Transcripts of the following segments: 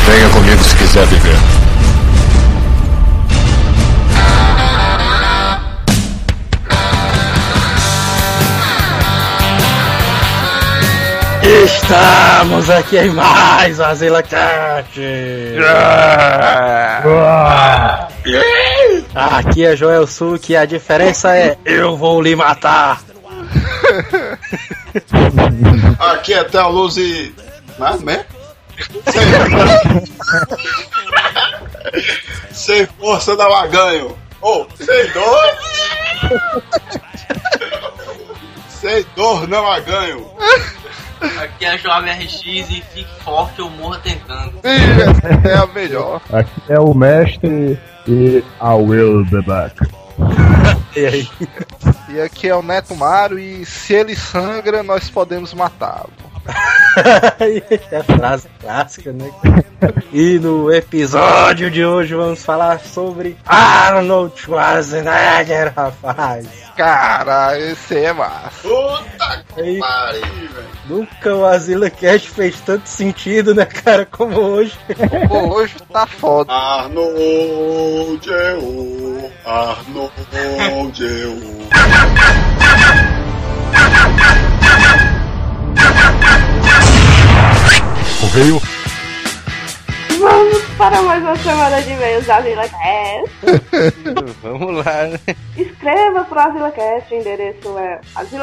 Venha comigo se quiser viver. Estamos aqui em mais uma ZilaCast. Aqui é Joel Suki e a diferença é eu vou lhe matar. Aqui é Theo Luz e... Sem força não há ganho. Sem dor. Sem dor não há ganho. Aqui é a Jovem RX e fique forte ou morra tentando. É a melhor. Aqui é o mestre e I will be back. E aí? E aqui é o Neto Mário e se ele sangra, nós podemos matá-lo. É a frase clássica, né? E no episódio de hoje vamos falar sobre Arnold Schwarzenegger, rapaz. Caralho, esse é massa. Puta que pariu, velho. Nunca o ZilaCast fez tanto sentido, né, cara, como hoje. Pô, hoje tá foda. Arnold é o... Arnold é o... Correio. Vamos para mais uma semana de e-mails da ZilaCast. Vamos lá, né? Escreva para a ZilaCast, o endereço é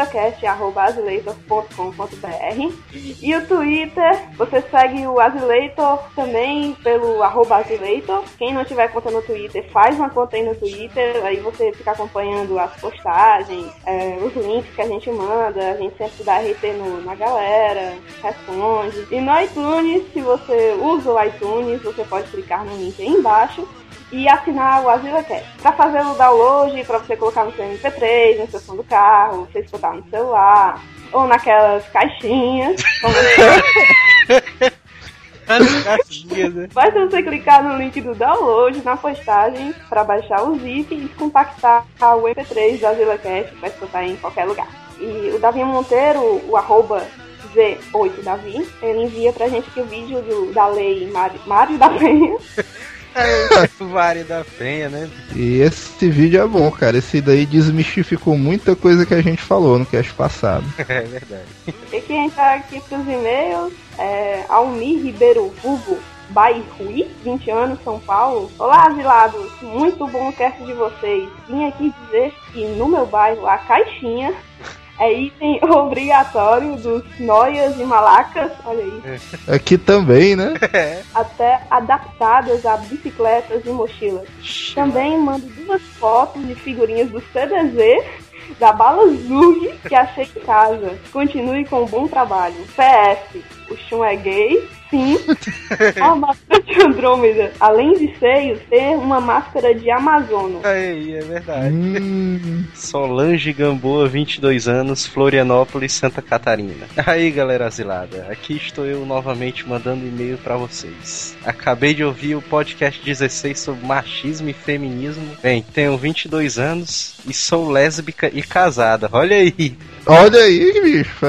azilacast@azileitor.com.br. E o Twitter, você segue o Azileitor também pelo @Azileitor. Quem não tiver conta no Twitter, faz uma conta aí no Twitter, aí você fica acompanhando as postagens, os links que a gente manda, a gente sempre dá RT na galera, responde. E no iTunes, se você usa o iTunes, você pode clicar no link aí embaixo e assinar o ZilaCast. Para fazer o download, para você colocar no seu MP3, no seu som do carro, você escutar no celular, ou naquelas caixinhas. Basta você clicar no link do download, na postagem, para baixar o zip e compactar o MP3 da ZilaCast para escutar em qualquer lugar. E o Davi Monteiro, o @Z8Davi, ele envia pra gente aqui o vídeo da lei Mário da Penha. Mário da Penha, né? E esse vídeo é bom, cara. Esse daí desmistificou muita coisa que a gente falou no cast passado. É verdade. E quem tá aqui pros e-mails é Almir Ribeiro Hugo Bairrui, 20 anos, São Paulo. Olá, asilados, muito bom o cast de vocês. Vim aqui dizer que no meu bairro a caixinha é item obrigatório dos noias e malacas, olha aí. Aqui também, né? Até adaptadas a bicicletas e mochilas. Também mando 2 fotos de figurinhas do CDZ, da Bala Zug, que achei em casa. Continue com um bom trabalho. PS, o Shun é gay? Sim. A máscara de Andrômeda, além de seios, ter uma máscara de Amazono. Aí, é verdade. Solange Gamboa, 22 anos, Florianópolis, Santa Catarina. Aí, galera asilada, aqui estou eu novamente mandando e-mail pra vocês. Acabei de ouvir o podcast 16 sobre machismo e feminismo. Bem, tenho 22 anos e sou lésbica e casada. Olha aí. Olha aí, bicho,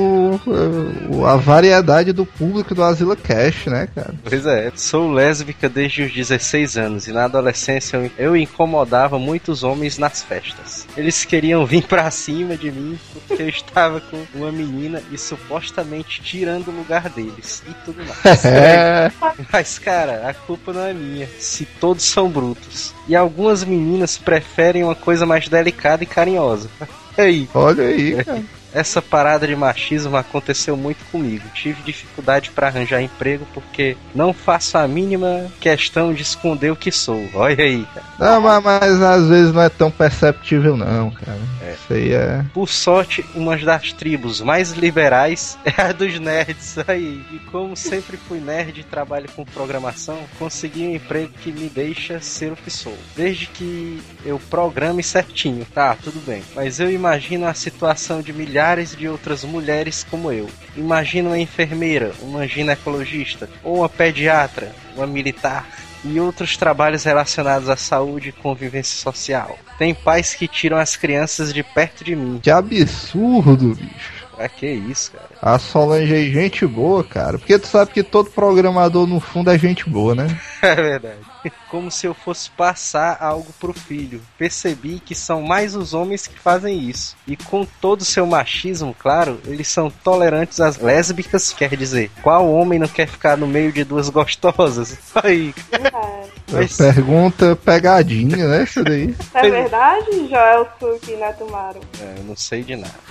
a variedade do público do ZilaCast, né, cara? Pois é, sou lésbica desde os 16 anos e na adolescência eu incomodava muitos homens nas festas. Eles queriam vir pra cima de mim porque eu estava com uma menina e supostamente tirando o lugar deles e tudo mais. Mas, cara, a culpa não é minha, se todos são brutos. E algumas meninas preferem uma coisa mais delicada e carinhosa. Aí. Olha aí, cara. Essa parada de machismo aconteceu muito comigo. Tive dificuldade para arranjar emprego porque não faço a mínima questão de esconder o que sou. Olha aí, cara. Não, mas às vezes não é tão perceptível não, cara. Isso aí é... Por sorte, uma das tribos mais liberais é a dos nerds aí. E como sempre fui nerd e trabalho com programação, consegui um emprego que me deixa ser o que sou. Desde que eu programe certinho. Tá, tudo bem. Mas eu imagino a situação de milhares de outras mulheres como eu. Imagina uma enfermeira, uma ginecologista, ou uma pediatra, uma militar e outros trabalhos relacionados à saúde e convivência social. Tem pais que tiram as crianças de perto de mim. Que absurdo, bicho. Pra que isso, cara? A Solange aí, gente boa, cara. Porque tu sabe que todo programador, no fundo, é gente boa, né? É verdade. Como se eu fosse passar algo pro filho. Percebi que são mais os homens que fazem isso. E com todo o seu machismo, claro, eles são tolerantes às lésbicas, quer dizer, qual homem não quer ficar no meio de duas gostosas? Aí. Mas... Pergunta pegadinha, né? Isso daí. É verdade, Joel Suki e Neto Maro? Eu não sei de nada.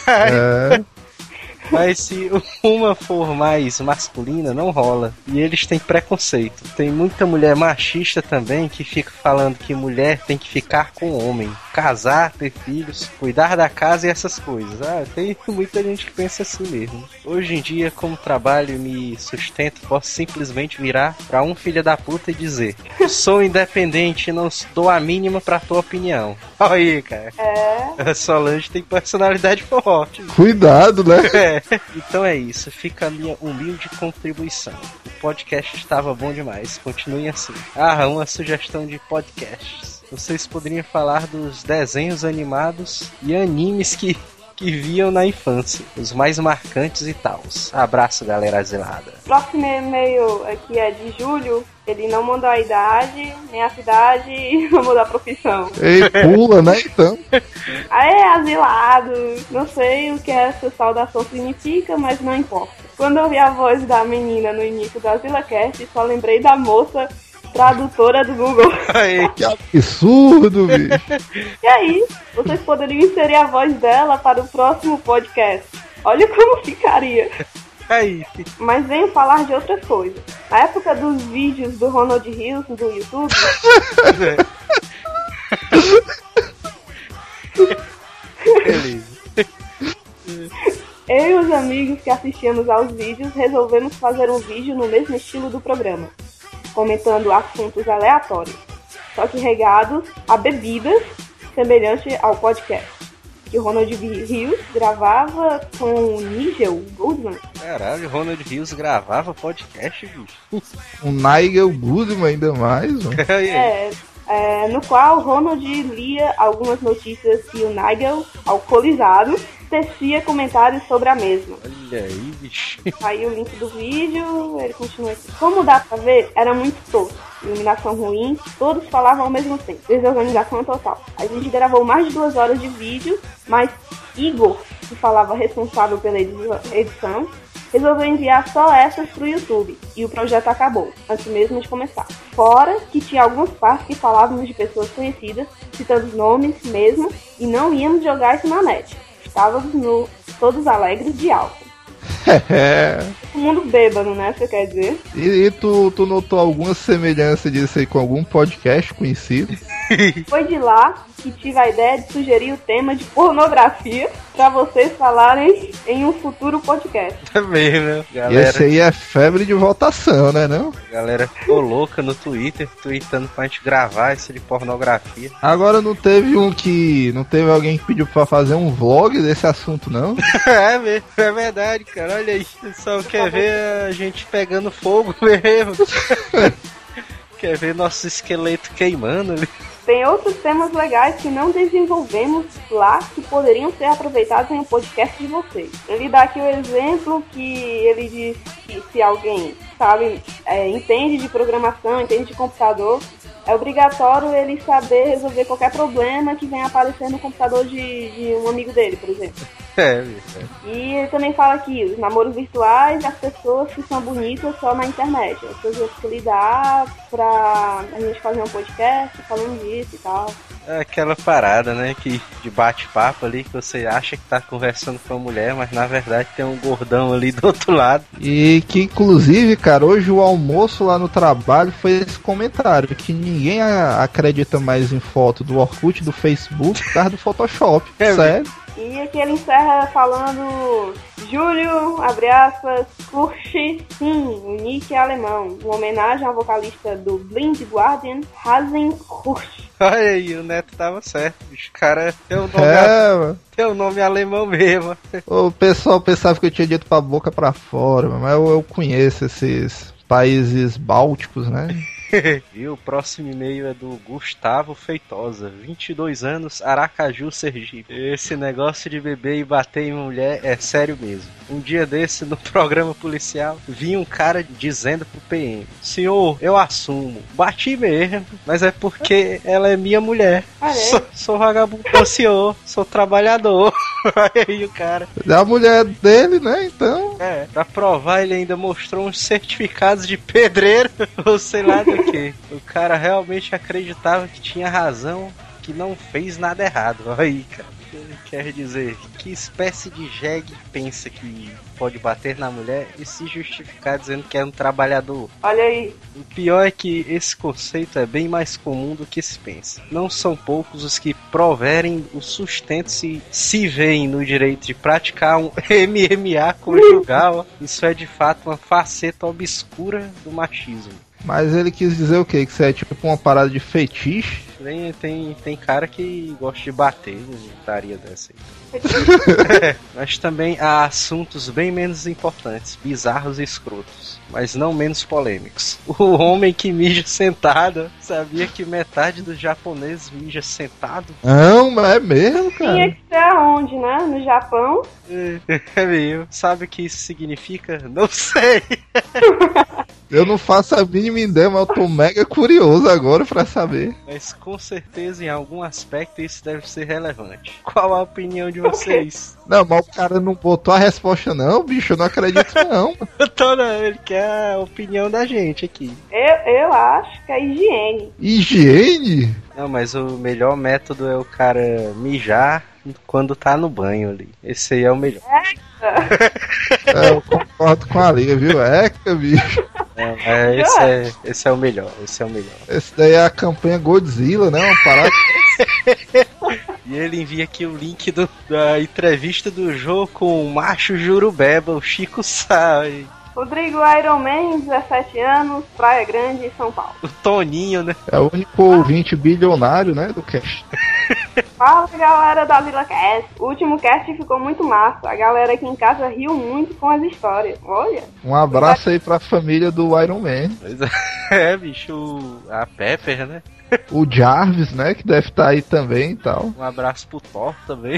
Mas se uma for mais masculina, não rola. E eles têm preconceito. Tem muita mulher machista também que fica falando que mulher tem que ficar com homem. Casar, ter filhos, cuidar da casa e essas coisas. Tem muita gente que pensa assim mesmo. Hoje em dia, como trabalho e me sustento, posso simplesmente virar pra um filho da puta e dizer: sou independente e não dou a mínima pra tua opinião. Olha aí, cara. A Solange tem personalidade forte. Cuidado, né? Então é isso, fica a minha humilde contribuição. O podcast estava bom demais, continuem assim. Uma sugestão de podcasts. Vocês poderiam falar dos desenhos animados e animes que viam na infância, os mais marcantes e tals. Abraço, galera asilada. Próximo e-mail aqui é de Júlio. Ele não mandou a idade, nem a cidade e não mandou a profissão. Ei, pula, né, então? Asilado. Não sei o que essa saudação significa, mas não importa. Quando eu vi a voz da menina no início do AsilaCast, só lembrei da moça tradutora do Google. Que absurdo, bicho. E aí, vocês poderiam inserir a voz dela para o próximo podcast. Olha como ficaria. Mas venho falar de outra coisa. Na época dos vídeos do Ronald Hills do YouTube... Eu e os amigos que assistíamos aos vídeos resolvemos fazer um vídeo no mesmo estilo do programa, comentando assuntos aleatórios, só que regados a bebidas, semelhante ao podcast que o Ronald Hills gravava com o Nigel Goodman. Caralho, o Ronald Hills gravava podcast, bicho. O Nigel Goodman ainda mais, mano. No qual Ronald lia algumas notícias e o Nigel, alcoolizado, tecia comentários sobre a mesma. Olha aí, bicho. Aí o link do vídeo, ele continua aqui. Como dá pra ver, era muito tosco. Iluminação ruim, todos falavam ao mesmo tempo. Desorganização total. A gente gravou mais de 2 horas de vídeo, mas Igor, que falava responsável pela edição, resolveu enviar só essas pro YouTube. E o projeto acabou, antes mesmo de começar. Fora que tinha algumas partes que falávamos de pessoas conhecidas, citando os nomes mesmo, e não íamos jogar isso na net. Estávamos todos alegres de álcool. O mundo bêbado, né? Você quer dizer? E tu notou alguma semelhança disso aí com algum podcast conhecido? Foi de lá que tive a ideia de sugerir o tema de pornografia pra vocês falarem em um futuro podcast. Também, né? Galera... Esse aí é febre de votação, né, não? A galera ficou louca no Twitter, tweetando pra gente gravar isso de pornografia. Agora não teve alguém que pediu pra fazer um vlog desse assunto, não? É verdade, cara. Olha aí, só quer ver a gente pegando fogo mesmo. Quer ver nosso esqueleto queimando ali. Tem outros temas legais que não desenvolvemos lá que poderiam ser aproveitados em um podcast de vocês. Ele dá aqui o exemplo que ele diz que se alguém, entende de programação, entende de computador, é obrigatório ele saber resolver qualquer problema que venha aparecer no computador de um amigo dele, por exemplo. E ele também fala aqui, os namoros virtuais e as pessoas que são bonitas só na internet. As coisas que ele dá pra a gente fazer um podcast falando disso e tal. É aquela parada, né, que de bate-papo ali, que você acha que tá conversando com a mulher, mas na verdade tem um gordão ali do outro lado. E que inclusive, cara, hoje o almoço lá no trabalho foi esse comentário, que ninguém acredita mais em foto do Orkut, do Facebook, por causa do Photoshop. Sério? E aqui ele encerra falando: Júlio, abre aspas, curte, sim, o nick é alemão, uma homenagem ao vocalista do Blind Guardian, Hazen Kursch. Olha aí, o Neto tava certo, bicho. O cara tem o nome alemão mesmo. O pessoal pensava que eu tinha dito pra boca pra fora, mas eu conheço esses países bálticos, né? E o próximo e-mail é do Gustavo Feitosa, 22 anos, Aracaju, Sergipe. Esse negócio de beber e bater em mulher é sério mesmo. Um dia desse, no programa policial, vi um cara dizendo pro PM: senhor, eu assumo, bati mesmo, mas é porque ela é minha mulher. Sou vagabundo, senhor, sou trabalhador. Aí o cara... É a mulher dele, né, então... Pra provar ele ainda mostrou uns certificados de pedreiro, ou sei lá do que. O cara realmente acreditava que tinha razão, que não fez nada errado. Aí, cara. Quer dizer, que espécie de jegue pensa que pode bater na mulher e se justificar dizendo que é um trabalhador? Olha aí. O pior é que esse conceito é bem mais comum do que se pensa. Não são poucos os que proverem o sustento se veem no direito de praticar um MMA conjugal. Isso é de fato uma faceta obscura do machismo. Mas ele quis dizer o quê? Que isso é tipo uma parada de fetiche? Tem cara que gosta de bater, daria dessa aí. Mas também há assuntos bem menos importantes, bizarros e escrotos, mas não menos polêmicos. O homem que mija sentado. Sabia que metade dos japoneses mija sentado? Não, mas é mesmo, cara. Tinha que ser aonde, né? No Japão? É meio. Sabe o que isso significa? Não sei. Eu não faço a mínima ideia, mas eu tô mega curioso agora pra saber. Mas com certeza em algum aspecto isso deve ser relevante. Qual a opinião de vocês? Não, mas o cara não botou a resposta não, bicho, eu não acredito não. Ele quer a opinião da gente aqui. Eu acho que é higiene. Higiene? Não, mas o melhor método é o cara mijar quando tá no banho ali. Esse aí é o melhor. Eu concordo com a liga, viu? Bicho. Esse é o melhor. Esse daí é a campanha Godzilla, né? Uma parada. E ele envia aqui o link da entrevista do jogo com o macho Jurubeba, o Chico Sá. Rodrigo Ironman, 17 anos, Praia Grande, São Paulo. O Toninho, né? É o único ouvinte bilionário, né, do cast. Fala, galera da Vila Cast. O último cast ficou muito massa. A galera aqui em casa riu muito com as histórias. Olha. Um abraço aí pra família do Iron Man. Bicho, a Pepper, né? O Jarvis, né, que deve estar aí também e tal. Um abraço pro Thor também.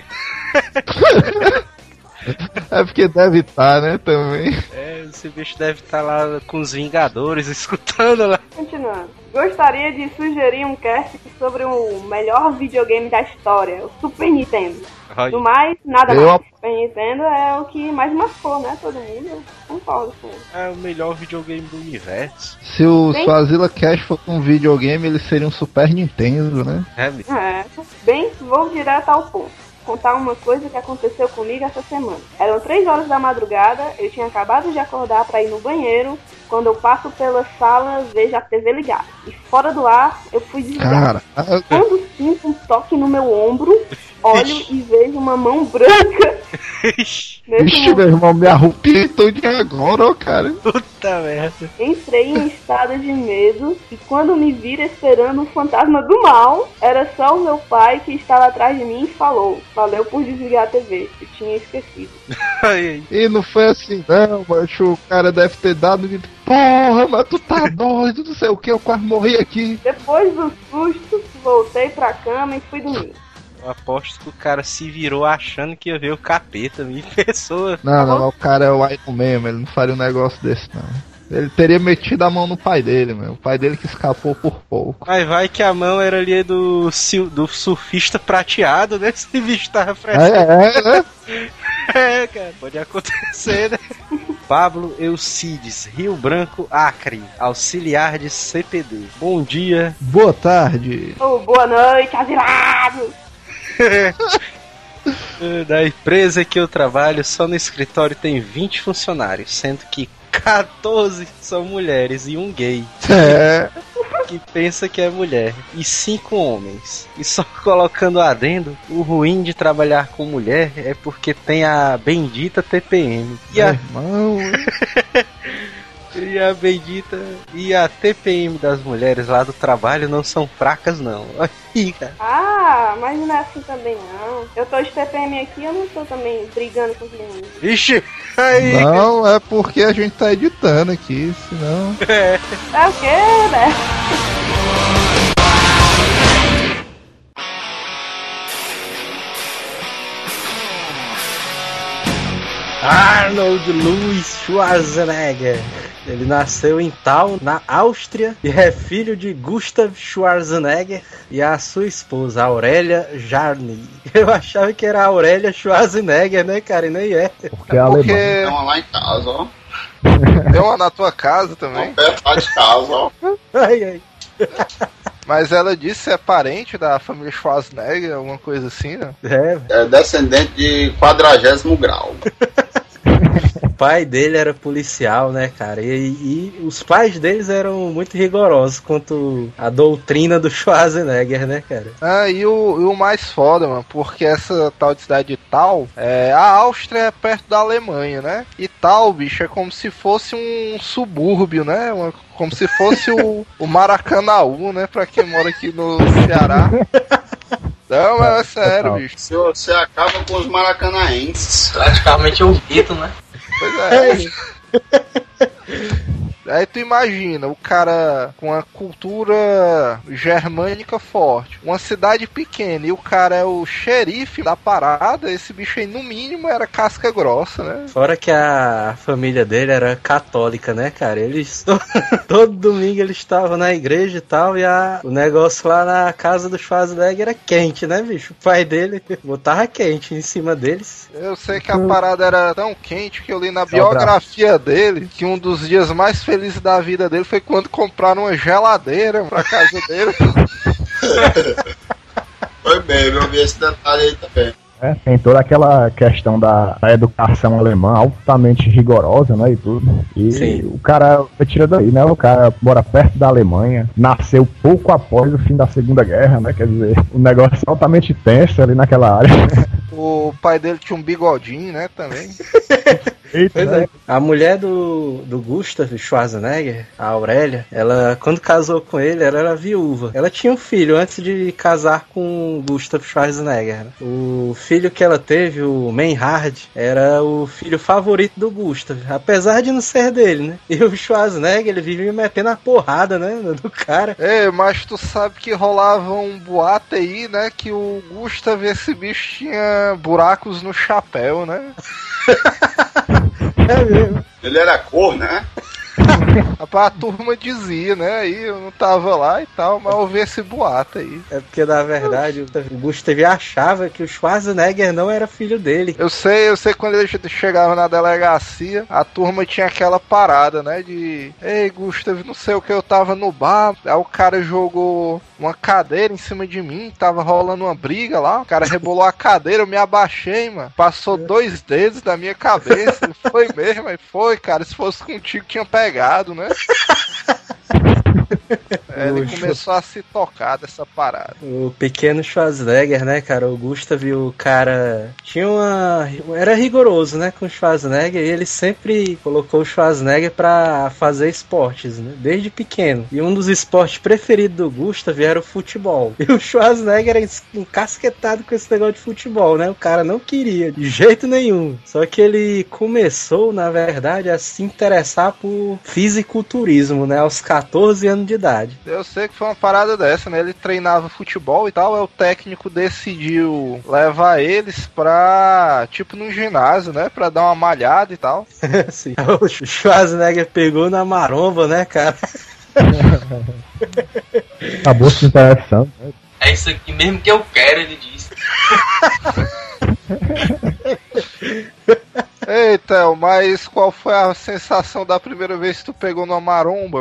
É porque deve estar, né, também. Esse bicho deve estar lá com os Vingadores, escutando lá. Continuando. Gostaria de sugerir um cast sobre o melhor videogame da história, o Super Nintendo. Do mais, nada mais. Super Nintendo é o que mais marcou, né, todo mundo. Eu concordo com ele. É o melhor videogame do universo. Se o Swazilla Cash fosse um videogame, ele seria um Super Nintendo, né? Bem, vou direto ao ponto. Contar uma coisa que aconteceu comigo essa semana. Eram 3 horas da madrugada, eu tinha acabado de acordar para ir no banheiro, quando eu passo pela sala, vejo a TV ligada. E fora do ar, eu fui desligar. Quando sinto um toque no meu ombro, olho e vejo uma mão branca. Vixe, meu irmão, me arrupei todo agora, ó, cara. Puta merda. Entrei em estado de medo e quando me vira esperando um fantasma do mal, era só o meu pai que estava atrás de mim e falou: valeu por desligar a TV, eu tinha esquecido. E não foi assim não, macho, o cara deve ter dado de porra, mas tu tá doido, não sei o que, eu quase morri aqui. Depois do susto, voltei pra cama e fui dormir. Eu aposto que o cara se virou achando que ia ver o capeta, minha pessoa. Não, o cara é o Iron Man, ele não faria um negócio desse não. Ele teria metido a mão no pai dele, meu. O pai dele que escapou por pouco. Mas vai que a mão era ali do surfista prateado, né? Esse bicho tava fresco. Cara, pode acontecer, né? Pablo Eucides, Rio Branco, Acre, auxiliar de CPD. Bom dia. Boa tarde. Boa noite, asilados. Da empresa que eu trabalho, só no escritório tem 20 funcionários, sendo que 14 são mulheres e um gay. Que pensa que é mulher. E 5 homens. E só colocando adendo, o ruim de trabalhar com mulher é porque tem a bendita TPM. E a bendita e a TPM das mulheres lá do trabalho não são fracas não. Aí, cara. Mas não é assim também não. Eu tô de TPM aqui, eu não tô também brigando com os meninos. Ixi! Aí. Não, é porque a gente tá editando aqui, senão... É o quê, né? Arnold Louis Schwarzenegger. Ele nasceu em Thal, na Áustria, e é filho de Gustav Schwarzenegger e a sua esposa, Aurélia Jarny. Eu achava que era Aurélia Schwarzenegger, né, cara? E nem é. Porque é alemão. Tem uma lá em casa, ó. Tem uma na tua casa também. Perto lá de casa, ó. Ai, ai. Mas ela disse que é parente da família Schwarzenegger, alguma coisa assim, né? É, É descendente de 40º grau. o pai dele era policial, né, cara? E os pais deles eram muito rigorosos quanto a doutrina do Schwarzenegger, né, cara? Ah, e o mais foda, mano, porque essa tal de cidade de Thal, a Áustria é perto da Alemanha, né? E Thal, bicho, é como se fosse um subúrbio, né? Como se fosse o Maracanaú, né? Pra quem mora aqui no Ceará. Não, mas é sério, bicho. Você acaba com os maracanaenses. Praticamente o Vito, né? Pois é. Aí tu imagina, o cara com a cultura germânica forte, uma cidade pequena, e o cara é o xerife da parada, esse bicho aí no mínimo era casca grossa, né? Fora que a família dele era católica, né, cara? Eles todo domingo eles estavam na igreja e tal, e o negócio lá na casa do Schwarzenegger era quente, né, bicho? O pai dele botava quente em cima deles. Eu sei que a parada era tão quente que eu li na biografia dele que um dos dias mais felizes da vida dele foi quando compraram uma geladeira pra casa dele. Foi bem, eu vi esse detalhe aí também. Tem toda aquela questão da educação alemã altamente rigorosa, né, e tudo. E Sim. o cara tira daí, né, o cara mora perto da Alemanha, nasceu pouco após o fim da Segunda Guerra, né, quer dizer, o negócio é altamente tenso ali naquela área. O pai dele tinha um bigodinho, né, também. Eita, Pois né? é. A mulher do Gustav Schwarzenegger, a Aurélia, ela, quando casou com ele, ela era viúva. Ela tinha um filho antes de casar com o Gustav Schwarzenegger. O filho que ela teve, o Meinhard, era o filho favorito do Gustav, apesar de não ser dele, né? E o Schwarzenegger, ele vivia metendo a porrada, né, do cara. Mas tu sabe que rolava um boato aí, né, que o Gustav, esse bicho, tinha buracos no chapéu, né? É mesmo. Ele era cor, né? A turma dizia, né? Aí eu não tava lá e tal, mas eu vi esse boato aí. É porque, na verdade, o Gustav achava que o Schwarzenegger não era filho dele. Eu sei quando ele chegava na delegacia, a turma tinha aquela parada, né? De, ei, Gustav, não sei o que, eu tava no bar, aí o cara jogou uma cadeira em cima de mim, tava rolando uma briga lá, o cara rebolou a cadeira, eu me abaixei, mano, passou 2 dedos da minha cabeça, foi mesmo, aí foi, cara, se fosse contigo tinha pegado, né? Ele começou a se tocar dessa parada. O pequeno Schwarzenegger, né, cara? O Gustav, o cara era rigoroso, né, com o Schwarzenegger, e ele sempre colocou o Schwarzenegger pra fazer esportes, né, desde pequeno. E um dos esportes preferidos do Gustav era o futebol. E o Schwarzenegger era encasquetado com esse negócio de futebol, né? O cara não queria, de jeito nenhum. Só que ele começou, na verdade, a se interessar por fisiculturismo, né, aos 14 anos de idade. Eu sei que foi uma parada dessa, né? Ele treinava futebol e tal, aí o técnico decidiu levar eles pra, tipo, num ginásio, né? Pra dar uma malhada e tal. Sim. O Schwarzenegger pegou na maromba, né, cara? Acabou se interessando, né? É isso aqui mesmo que eu quero, ele disse. Eita, mas qual foi a sensação da primeira vez que tu pegou numa maromba?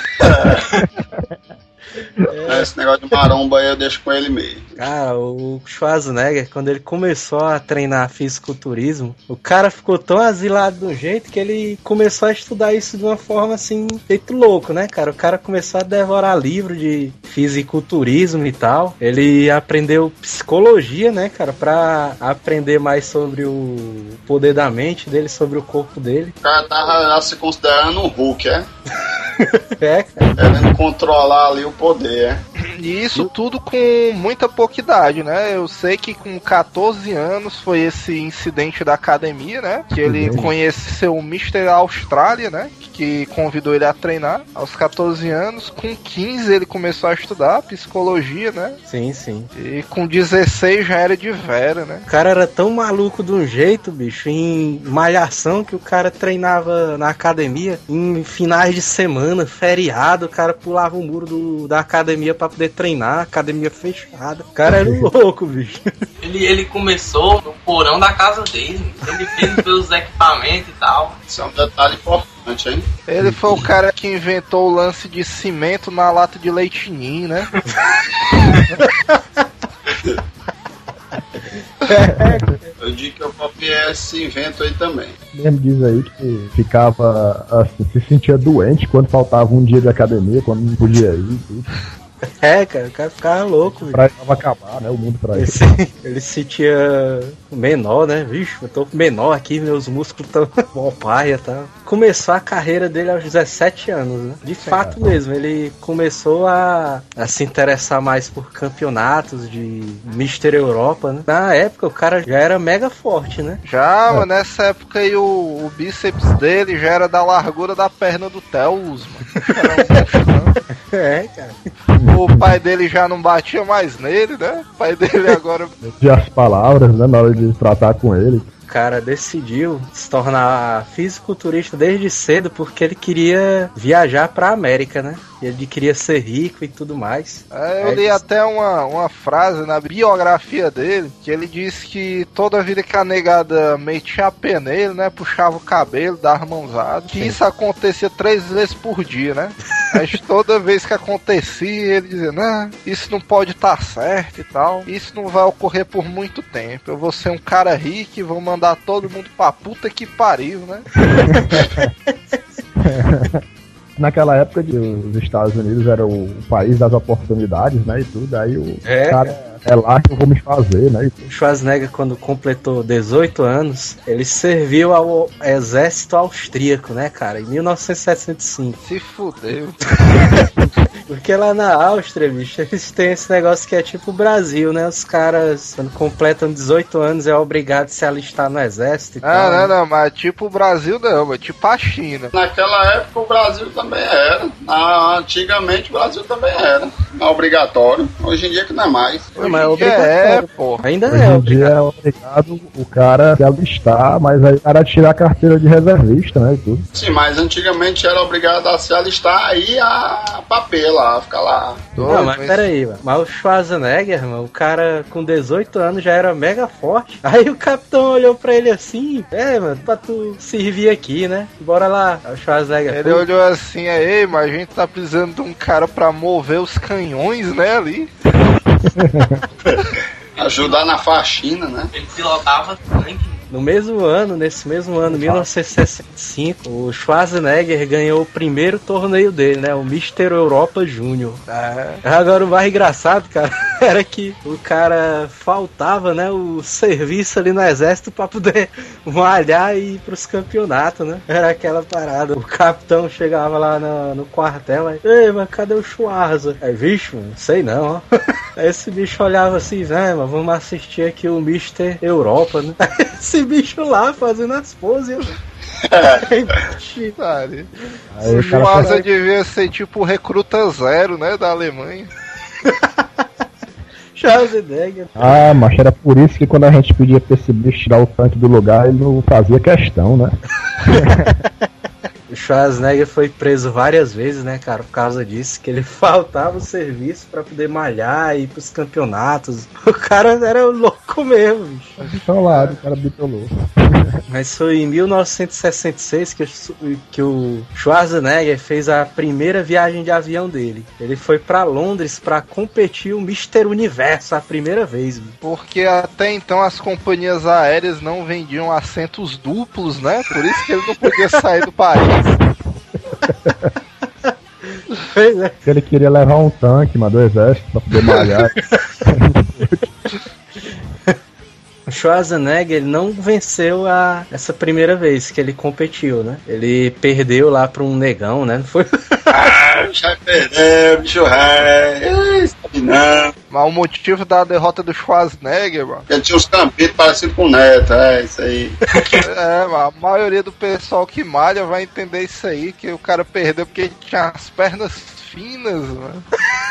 Esse negócio de maromba aí eu deixo com ele mesmo. Cara, o Schwarzenegger, quando ele começou a treinar fisiculturismo, o cara ficou tão asilado de um jeito que ele começou a estudar isso de uma forma assim, feito louco, né, cara? O cara começou a devorar livro de fisiculturismo e tal. Ele aprendeu psicologia, né, cara, pra aprender mais sobre o poder da mente dele, sobre o corpo dele. O cara tava se considerando um Hulk, é? É, cara. Querendo controlar ali o poder, é? E isso tudo com muita pouca idade, né? Eu sei que com 14 anos foi esse incidente da academia, né? Que ele conheceu o Mr. Austrália, né? Que convidou ele a treinar aos 14 anos. Com 15 ele começou a estudar psicologia, né? Sim, sim. E com 16 já era de vera, né? O cara era tão maluco de um jeito, bicho, em malhação, que o cara treinava na academia em finais de semana, feriado, o cara pulava o muro da academia pra poder treinar, academia fechada. O cara era louco, bicho. Ele começou no porão da casa dele, ele fez pelos equipamentos e tal. Isso é um detalhe importante, hein? Ele foi o cara que inventou o lance de cimento na lata de leite ninho, né? Eu digo que eu copiei esse invento aí também. Mesmo diz aí que ficava assim, se sentia doente quando faltava um dia de academia, quando não podia ir. Tudo. Cara, o cara ficava louco, bicho. Pra acabar, né? O mundo pra ele. Ele se sentia menor, né? Vixe, eu tô menor aqui, meus músculos estão mó paia e tal. Começou a carreira dele aos 17 anos, né? De fato mesmo, ele começou a se interessar mais por campeonatos de Mr. Europa, né? Na época o cara já era mega forte, né? Já, mas nessa época aí o bíceps dele já era da largura da perna do Theus, mano. Cara. O pai dele já não batia mais nele, né? O pai dele agora... De as palavras, né? Na hora de tratar com ele. O cara decidiu se tornar fisiculturista desde cedo porque ele queria viajar pra América, né? Ele queria ser rico e tudo mais. Eu li até uma frase na biografia dele, que ele disse que toda vida que a negada metia a pé nele, né? Puxava o cabelo, dava mãozada, que isso acontecia 3 vezes por dia, né? Mas toda vez que acontecia, ele dizia, não, isso não pode estar certo e tal. Isso não vai ocorrer por muito tempo. Eu vou ser um cara rico e vou mandar todo mundo pra puta que pariu, né? Naquela época os Estados Unidos era o país das oportunidades, né, e tudo, aí o cara é lá que eu vou me fazer, né. O Schwarzenegger, quando completou 18 anos, ele serviu ao exército austríaco, né, cara, em 1965. Se fudeu. Porque lá na Áustria, bicho, eles têm esse negócio que é tipo o Brasil, né? Os caras, quando completam 18 anos, é obrigado a se alistar no exército e tal. Não, mas tipo o Brasil não, mas tipo a China. Naquela época o Brasil também era. Antigamente o Brasil também era. É obrigatório. Hoje em dia que não é mais. Não, mas é obrigatório, pô. Ainda Hoje é em dia é obrigado o cara se alistar, mas aí o cara tirar a carteira de reservista, né, e tudo. Sim, mas antigamente era obrigado a se alistar e a papel lá, ficar lá. Não, mas peraí, mano. Mas o Schwarzenegger, mano, o cara com 18 anos já era mega forte. Aí o capitão olhou pra ele assim, mano, pra tu servir aqui, né? Bora lá. Aí o Schwarzenegger... Ele olhou assim, ei, mas a gente tá precisando de um cara pra mover os canhões, né, ali. Ajudar na faxina, né? Ele pilotava tanque. Nesse mesmo ano, 1965, o Schwarzenegger ganhou o primeiro torneio dele, né? O Mr. Europa Júnior. Agora o mais engraçado, cara, era que o cara faltava, né? O serviço ali no exército pra poder malhar e ir pros campeonatos, né? Era aquela parada. O capitão chegava lá no quartel, aí, ei, mas cadê o Schwarza? Aí, bicho, não sei não, ó. Aí esse bicho olhava assim, mas vamos assistir aqui o Mr. Europa, né? Esse bicho lá fazendo as poses. O Schwarza devia ser tipo o recruta zero, né, da Alemanha. Schwarzenegger. Mas era por isso que quando a gente pedia pra esse bicho tirar o tanque do lugar, ele não fazia questão, né? O Schwarzenegger foi preso várias vezes, né, cara, por causa disso, que ele faltava o serviço pra poder malhar e ir pros campeonatos. O cara era louco mesmo, bicho. Bitolado, o cara bitolou. Mas foi em 1966 que o Schwarzenegger fez a primeira viagem de avião dele. Ele foi pra Londres pra competir o Mr. Universo a primeira vez. Bicho. Porque até então as companhias aéreas não vendiam assentos duplos, né? Por isso que ele não podia sair do país. Ele queria levar um tanque, do exército pra poder malhar. O Schwarzenegger, ele não venceu essa primeira vez que ele competiu, né? Ele perdeu lá pra um negão, né? Não foi? Já perdeu, bicho rei. Mas o motivo da derrota do Schwarzenegger, mano... Ele tinha uns campitos parecidos com o Neto, isso aí. A maioria do pessoal que malha vai entender isso aí, que o cara perdeu porque ele tinha as pernas finas, mano.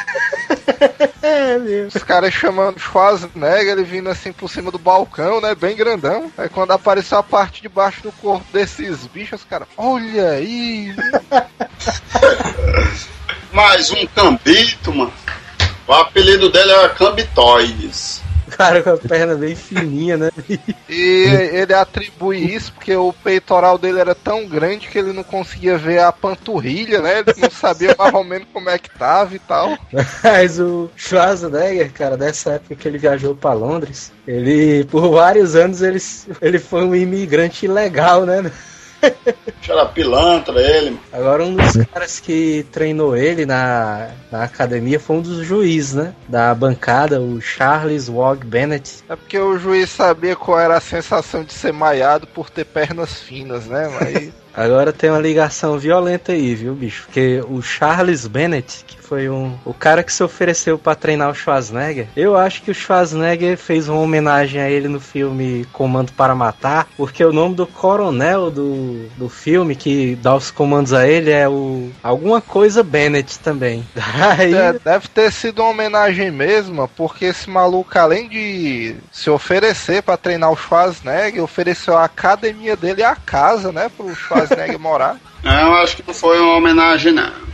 Os caras chamando Schwarzenegger, ele vindo assim por cima do balcão, né? Bem grandão. Aí quando apareceu a parte de baixo do corpo desses bichos, os caras, olha aí! Mais um cambito, mano. O apelido dele era Cambitoides. Cara com a perna bem fininha, né? E ele atribui isso porque o peitoral dele era tão grande que ele não conseguia ver a panturrilha, né? Ele não sabia mais ou menos como é que tava e tal. Mas o Schwarzenegger, cara, dessa época que ele viajou pra Londres, ele, por vários anos, ele foi um imigrante ilegal, né? Era pilantra ele, mano. Agora um dos caras que treinou ele na academia foi um dos juízes, né? Da bancada, o Charles Wog Bennett. É porque o juiz sabia qual era a sensação de ser maiado por ter pernas finas, né? Mas... Agora tem uma ligação violenta aí, viu, bicho? Porque o Charles Bennett, que foi o cara que se ofereceu pra treinar o Schwarzenegger, eu acho que o Schwarzenegger fez uma homenagem a ele no filme Comando para Matar, porque o nome do coronel do filme que dá os comandos a ele é o alguma coisa Bennett também. Aí... deve ter sido uma homenagem mesmo, porque esse maluco, além de se oferecer pra treinar o Schwarzenegger, ofereceu a academia dele e a casa, né, pro Schwarzenegger morar. Eu acho que não foi uma homenagem, não.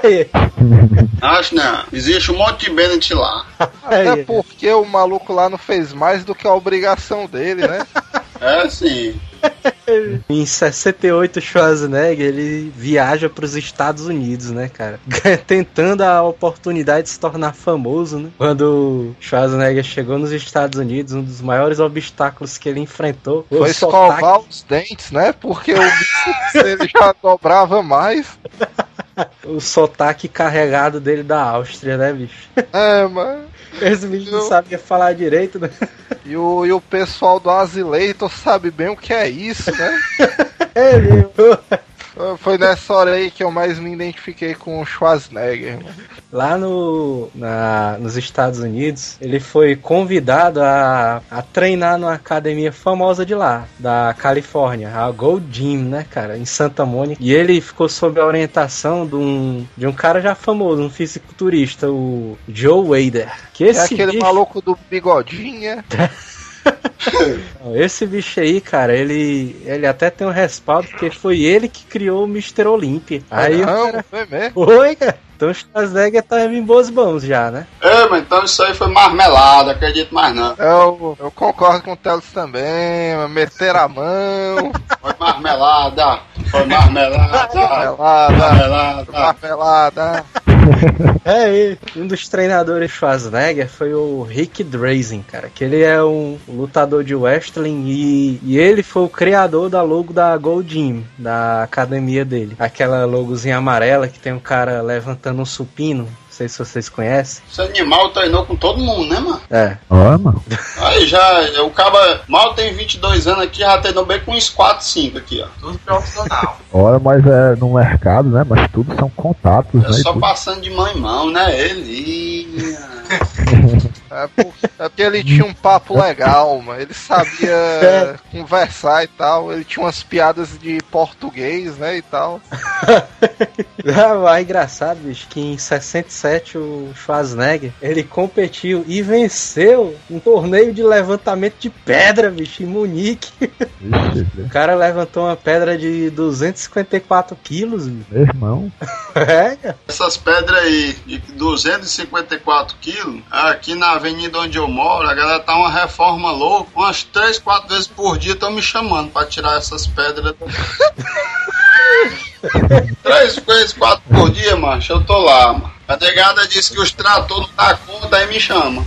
Acho não. Existe um monte de Bennett lá. Até porque o maluco lá não fez mais do que a obrigação dele, né? É, sim. Em 68, Schwarzenegger, ele viaja para os Estados Unidos, né, cara? Tentando a oportunidade de se tornar famoso, né? Quando Schwarzenegger chegou nos Estados Unidos, um dos maiores obstáculos que ele enfrentou foi escovar os dentes, né? Porque o bicho ele já dobrava mais. O sotaque carregado dele da Áustria, né, bicho? É, mano. Esse bicho não sabia falar direito, né? E o pessoal do Azileitor sabe bem o que é isso, né? É mesmo. Foi nessa hora aí que eu mais me identifiquei com o Schwarzenegger. Lá nos Estados Unidos, ele foi convidado a treinar numa academia famosa de lá, da Califórnia, a Gold Gym, né, cara, em Santa Mônica. E ele ficou sob a orientação de um cara já famoso, um fisiculturista, o Joe Wader. Que esse é aquele bicho... maluco do bigodinho, Esse bicho aí, cara, ele até tem um respaldo, porque foi ele que criou o Mr. Olympia. Aí, não, cara... foi mesmo? Foi, cara. Então o Schwarzenegger tá em boas mãos já, né? Mas então isso aí foi marmelada, acredito mais não. Eu concordo com o Telos também, meter a mão. Foi marmelada. Foi marmelada. Marmelada. Um dos treinadores Schwarzenegger foi o Rick Drazen, cara, que ele é um lutador de wrestling e ele foi o criador da logo da Gold Gym, da academia dele. Aquela logozinha amarela que tem um cara levantando um supino. Não sei se vocês conhecem. Esse animal treinou com todo mundo, né, mano? É. Mano. Aí já, o cara mal tem 22 anos aqui, já treinou bem com uns 4, 5 aqui, ó. Tudo profissional. Olha, mas é no mercado, né? Mas tudo são contatos, né? Só passando de mão em mão, né? Ele... É porque ele tinha um papo legal, mano. Ele sabia conversar e tal. Ele tinha umas piadas de português, né, e tal. É engraçado, bicho, que em 67 o Schwarzenegger, ele competiu e venceu um torneio de levantamento de pedra, bicho, em Munique. O cara levantou uma pedra de 254 quilos, bicho. Meu irmão. Essas pedras aí de 254 quilos, aqui na avenida onde eu moro, a galera tá uma reforma louca. Umas 3, 4 vezes por dia estão me chamando pra tirar essas pedras. 3 vezes 4 por dia, macho, eu tô lá, mano. A negada disse que os tratores não dá conta, aí me chama.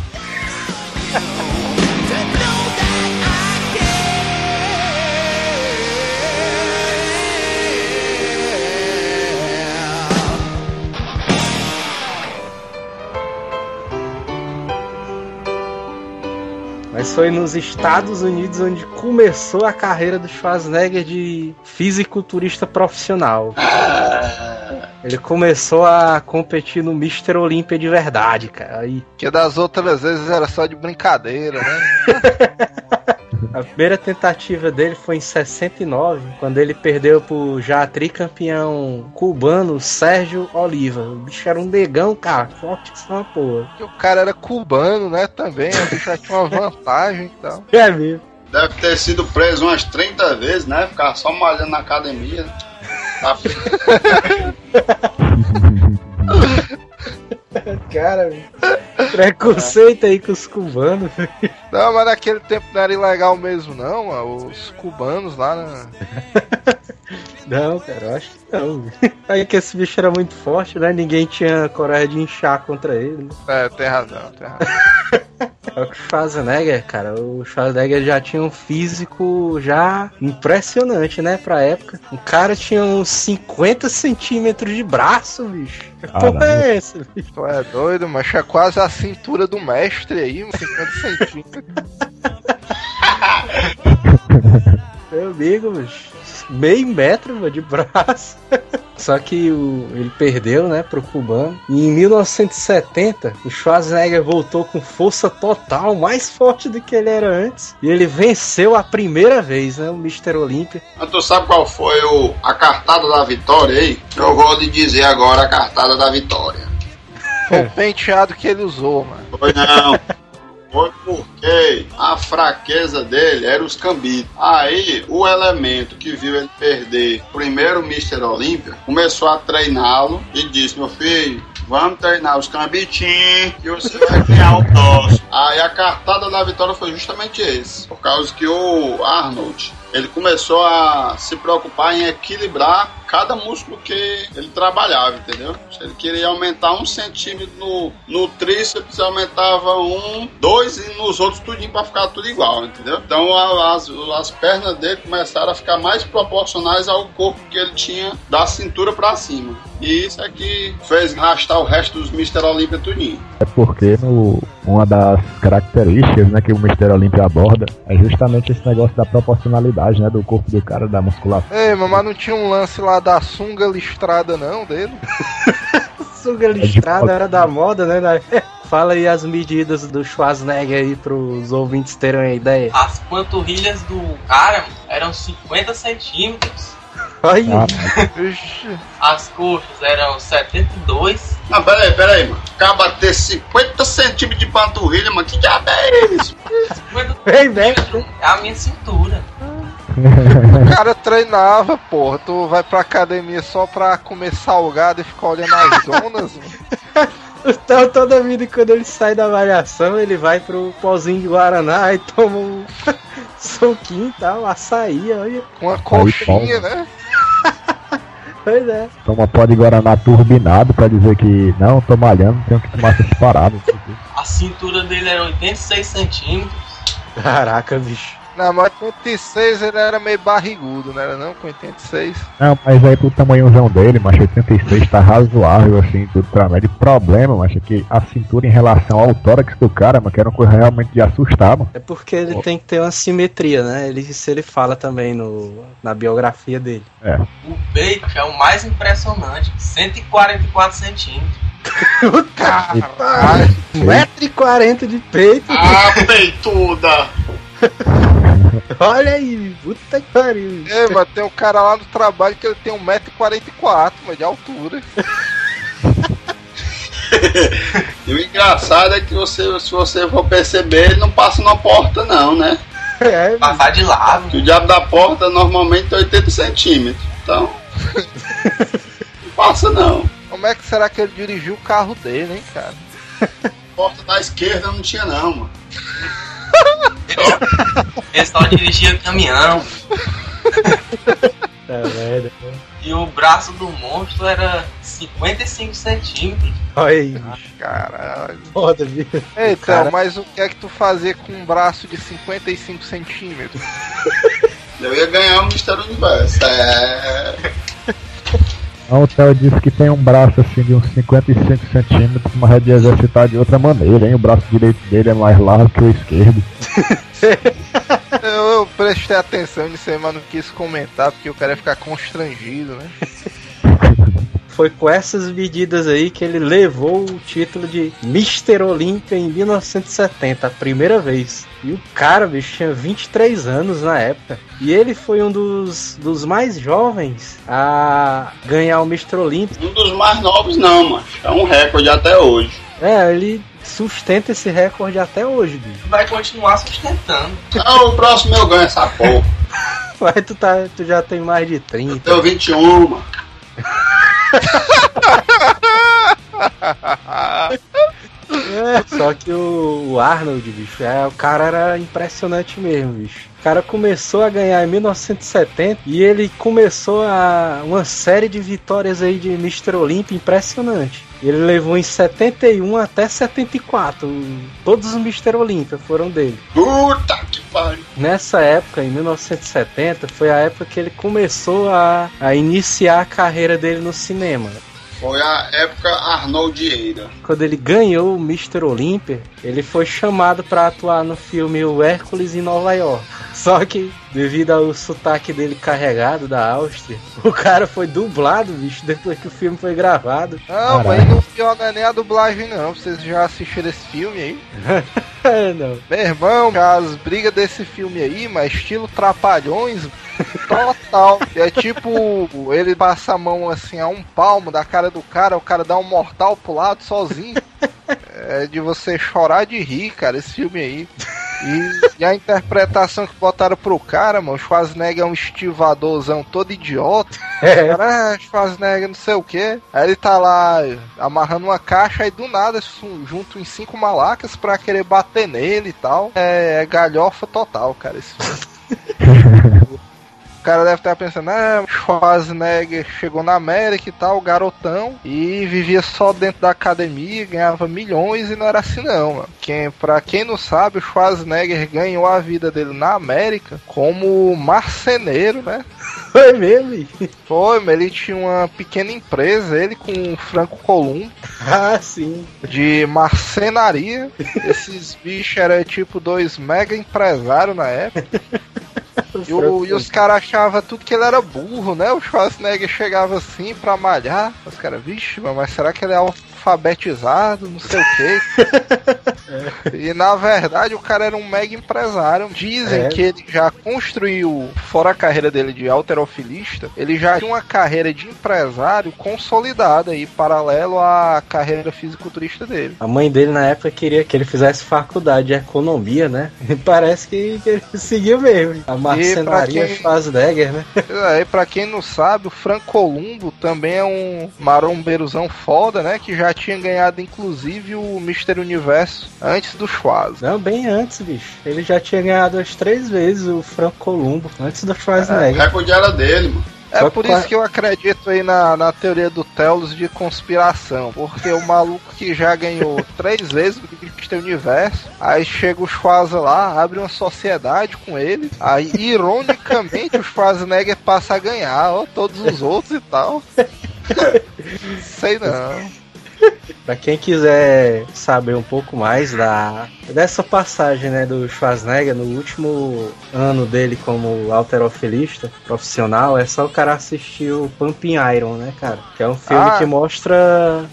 Mas foi nos Estados Unidos onde começou a carreira do Schwarzenegger de fisiculturista profissional. Ele começou a competir no Mr. Olímpia de verdade, cara. Aí... Que das outras vezes era só de brincadeira, né? A primeira tentativa dele foi em 69, quando ele perdeu pro já tricampeão cubano Sérgio Oliva. O bicho era um negão, cara, forte que só uma porra. Que o cara era cubano, né, também, o bicho já tinha uma vantagem e tal. É mesmo. Deve ter sido preso umas 30 vezes, né? Ficar só malhando na academia. Tá. Cara, preconceito aí com os cubanos. Não, mas naquele tempo não era ilegal mesmo, não, mano. Os cubanos lá, né? Não, cara, eu acho que não. Aí que esse bicho era muito forte, né? Ninguém tinha coragem de inchar contra ele. Né? É, tem razão, tem razão. É o Schwarzenegger, cara. O Schwarzenegger já tinha um físico já impressionante, né? Pra época. O cara tinha uns 50 centímetros de braço, bicho. Que porra é essa, bicho? Tu é doido, mas é quase a cintura do mestre aí, 50 centímetros. Meu amigo, bicho. Meio metro, mano, de braço. Só que ele perdeu, né, pro cubano. E em 1970, o Schwarzenegger voltou com força total, mais forte do que ele era antes. E ele venceu a primeira vez, né, o Mr. Olímpia. Mas tu sabe qual foi a cartada da vitória aí? Eu vou lhe dizer agora a cartada da vitória. Foi o penteado que ele usou, mano. Foi não. Foi porque a fraqueza dele era os cambitos. Aí, o elemento que viu ele perder primeiro o Mr. Olímpia começou a treiná-lo e disse: meu filho, vamos treinar os cambitinhos e você vai ganhar o próximo. Aí a cartada da vitória foi justamente esse. Por causa que o Arnold, ele começou a se preocupar em equilibrar cada músculo que ele trabalhava, entendeu? Se ele queria aumentar 1 centímetro no tríceps, aumentava 1, 2 e nos outros tudinho pra ficar tudo igual, entendeu? Então as pernas dele começaram a ficar mais proporcionais ao corpo que ele tinha da cintura pra cima. E isso é que fez arrastar o resto dos Mr. Olímpia tudinho. É porque uma das características, né, que o Mr. Olímpia aborda é justamente esse negócio da proporcionalidade, né, do corpo do cara, da musculação. Ei, mas não tinha um lance lá da sunga listrada não, dele? Sunga listrada era da moda, né? Fala aí as medidas do Schwarzenegger aí pros ouvintes terem uma ideia. As panturrilhas do cara eram 50 centímetros. Olha. As coxas eram 72. Não, peraí, mano. Acaba de ter 50 centímetros de panturrilha, mano. Que diabo é isso? 50 Bem, é a minha cintura. O cara treinava, porra. Tu vai pra academia só pra comer salgado e ficar olhando as donas, mano. Então toda vida quando ele sai da avaliação, ele vai pro pozinho de Guaraná e toma um suquinho e tal, açaí, olha. Com uma coxinha, né? Pois é. Toma pó de Guaraná turbinado pra dizer que não, tô malhando, tenho que tomar essas paradas. A cintura dele era 86 centímetros. Caraca, bicho. Não, mas 86 ele era meio barrigudo, não era não? Com 86. Não, mas aí pro tamanhozão dele, mas 86 tá razoável, assim, tudo pra médio. O problema, mas é que a cintura em relação ao tórax do cara, mas que era uma coisa realmente de assustar, mano. É porque ele tem que ter uma simetria, né? Isso ele fala também na biografia dele. É. O peito é o mais impressionante, 144 centímetros. Caralho! 1,40 m de peito. Ah, peituda! Olha aí, puta que pariu. É, mas tem um cara lá no trabalho que ele tem 1,44 m de altura. E o engraçado é que se você for perceber, ele não passa na porta não, né? É, Passar de lado. Que o diabo da porta normalmente tem 80 centímetros. Então, não passa não. Como é que será que ele dirigiu o carro dele, hein, cara? A porta da esquerda não tinha não, mano. Ele só dirigia caminhão. tá merda. E o braço do monstro era 55 centímetros. Olha aí, bicho. Caralho. Foda, bicho. Então, Cara... mas o que é que tu fazia com um braço de 55 centímetros? Eu ia ganhar o Mistério Universo. A Hotel disse que tem um braço assim de uns 55 centímetros, mas é de exercitar de outra maneira, hein? O braço direito dele é mais largo que o esquerdo. Eu prestei atenção nisso aí, mas não quis comentar, porque o cara ia ficar constrangido, né? foi com essas medidas aí que ele levou o título de Mr. Olímpia em 1970, a primeira vez. E o cara, bicho, tinha 23 anos na época. E ele foi um dos mais jovens a ganhar o Mr. Olímpia. Um dos mais novos não, mano. É um recorde até hoje. Ele sustenta esse recorde até hoje, bicho. Vai continuar sustentando. O próximo eu ganho essa porra. Mas tu já tem mais de 30. Eu tenho 21, mano. Só que o Arnold, bicho, o cara era impressionante mesmo, bicho. O cara começou a ganhar em 1970 e ele começou uma série de vitórias aí de Mr. Olympia impressionante. Ele levou em 71 até 74. Todos os Mr. Olympia foram dele. Puta que pariu. Nessa época, em 1970, foi a época que ele começou a iniciar a carreira dele no cinema. Foi a época Arnoldieira. Quando ele ganhou o Mr. Olympia, ele foi chamado para atuar no filme O Hércules em Nova York. Só que, devido ao sotaque dele carregado da Áustria, o cara foi dublado, bicho, depois que o filme foi gravado. Não, mas no pior não é nem a dublagem, não. Vocês já assistiram esse filme aí? Não. Meu irmão, as brigas desse filme aí, mas estilo Trapalhões, total. É tipo, ele passa a mão assim a um palmo da cara do cara, o cara dá um mortal pro lado sozinho. É de você chorar de rir, cara, esse filme aí. E a interpretação que botaram pro cara, mano, o Schwarzenegger é um estivadorzão todo idiota. Cara, Schwarzenegger não sei o que. Aí ele tá lá amarrando uma caixa e do nada junto em 5 malacas pra querer bater nele e tal. É galhofa total, cara, esse filme. O cara deve estar pensando, Schwarzenegger chegou na América e tal, garotão, e vivia só dentro da academia, ganhava milhões e não era assim não, mano. Pra quem não sabe, o Schwarzenegger ganhou a vida dele na América como marceneiro, né? Foi mesmo? Foi, mas ele tinha uma pequena empresa, ele com o Franco Columbo. Ah, sim. De marcenaria. Esses bichos eram tipo 2 mega empresários na época. E os caras achavam tudo que ele era burro, né? O Schwarzenegger chegava assim pra malhar. Os caras, vixe, mas será que ele é alfabetizado? Não sei o quê. E na verdade o cara era um mega empresário. Dizem que ele já construiu, fora a carreira dele de halterofilista, ele já tinha uma carreira de empresário consolidada aí, paralelo à carreira fisiculturista dele. A mãe dele na época queria que ele fizesse faculdade de economia, né? E parece que ele seguiu mesmo. A marcenaria Schwarzenegger, né? E pra quem não sabe, o Franco Columbo também é um marombeirozão foda, né? Que já tinha ganhado inclusive o Mr. Universo antes do Schwarz. Não, bem antes, bicho. Ele já tinha ganhado as 3 vezes o Franco Columbo, antes do Schwarzenegger. O recorde era dele, mano. É por isso que eu acredito aí na teoria do Telos de conspiração. Porque o maluco que já ganhou 3 vezes o Mr. Universo, aí chega o Schwarza lá, abre uma sociedade com ele, aí ironicamente o Schwarzenegger passa a ganhar, todos os outros e tal. Sei não. Pra quem quiser saber um pouco mais dessa passagem, né, do Schwarzenegger no último ano dele como halterofilista profissional, é só o cara assistir o Pumping Iron, né, cara? Que é um filme que mostra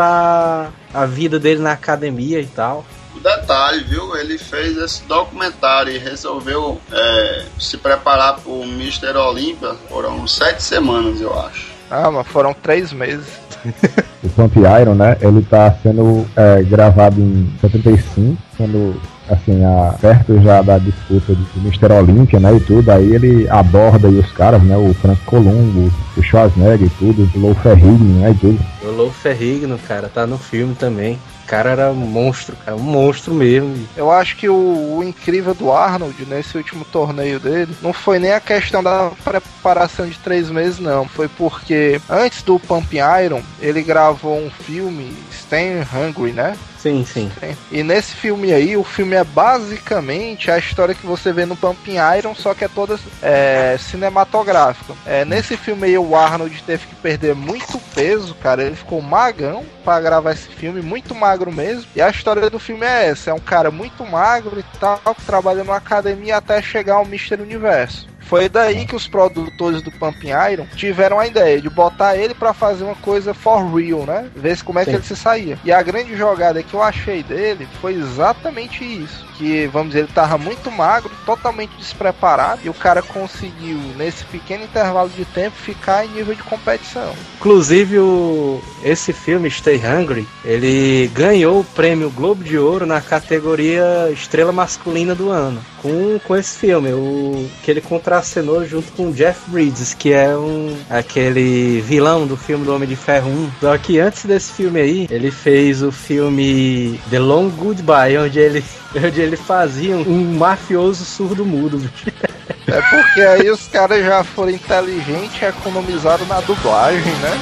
a vida dele na academia e tal. Detalhe, viu? Ele fez esse documentário e resolveu se preparar pro Mr. Olympia. Foram 7 semanas, eu acho. Mas foram 3 meses. O Pump Iron, né, ele tá sendo gravado em 75, sendo assim, perto já da disputa do Mr. Olympia, né, e tudo. Aí ele aborda aí os caras, né, o Franco Columbo, o Schwarzenegger e tudo, o Lou Ferrigno, né, e tudo. O Lou Ferrigno, cara, tá no filme também. O cara era um monstro mesmo. Eu acho que o incrível do Arnold nesse último torneio dele não foi nem a questão da preparação de 3 meses, não. Foi porque antes do Pumping Iron ele gravou um filme, Staying Hungry, né? Sim, sim. E nesse filme aí, o filme é basicamente a história que você vê no Pumping Iron, só que é toda cinematográfica. Nesse filme aí, o Arnold teve que perder muito peso, cara. Ele ficou magão pra gravar esse filme, muito magro mesmo. E a história do filme é essa: é um cara muito magro e tal, que trabalha numa academia até chegar ao Mr. Universo. Foi daí que os produtores do Pumping Iron tiveram a ideia de botar ele pra fazer uma coisa for real, né? Ver se como é que ele se saía. E a grande jogada que eu achei dele foi exatamente isso. Que, vamos dizer, ele tava muito magro, totalmente despreparado, e o cara conseguiu, nesse pequeno intervalo de tempo, ficar em nível de competição. Inclusive, esse filme, Stay Hungry, ele ganhou o prêmio Globo de Ouro na categoria Estrela Masculina do Ano. Com esse filme, que ele contracenou junto com o Jeff Bridges, que é aquele vilão do filme do Homem de Ferro 1. Só que antes desse filme aí, ele fez o filme The Long Goodbye, onde ele fazia um mafioso surdo-mudo. É porque aí os caras já foram inteligentes e economizaram na dublagem, né?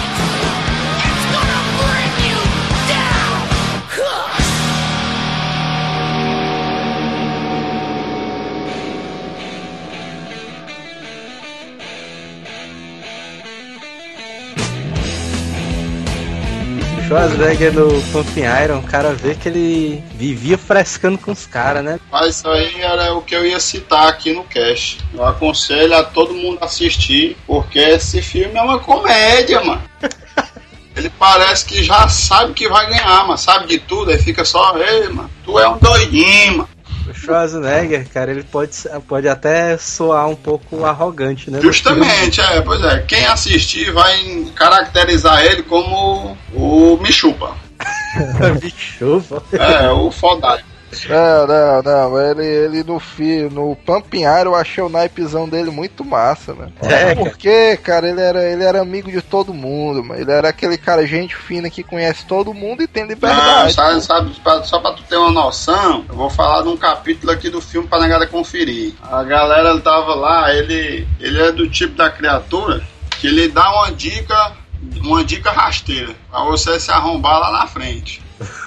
Schwarzenegger no Pumping Iron, o cara vê que ele vivia frescando com os caras, né? Mas isso aí era o que eu ia citar aqui no cast. Eu aconselho a todo mundo assistir, porque esse filme é uma comédia, mano. Ele parece que já sabe que vai ganhar, mas sabe de tudo, aí fica só, ei, mano, tu é um doidinho, mano. O Schwarzenegger, cara, ele pode até soar um pouco arrogante, né? Justamente, pois é. Quem assistir vai caracterizar ele como o Michupa. Michupa? O fodado. Não, ele no Pumping Iron eu achei o naipezão dele muito massa, né? Porque, cara, ele era amigo de todo mundo, mano. Ele era aquele cara, gente fina que conhece todo mundo e tem liberdade. Não, sabe, só pra tu ter uma noção, eu vou falar de um capítulo aqui do filme pra negada conferir. A galera tava lá, ele é do tipo da criatura que ele dá uma dica rasteira pra você se arrombar lá na frente.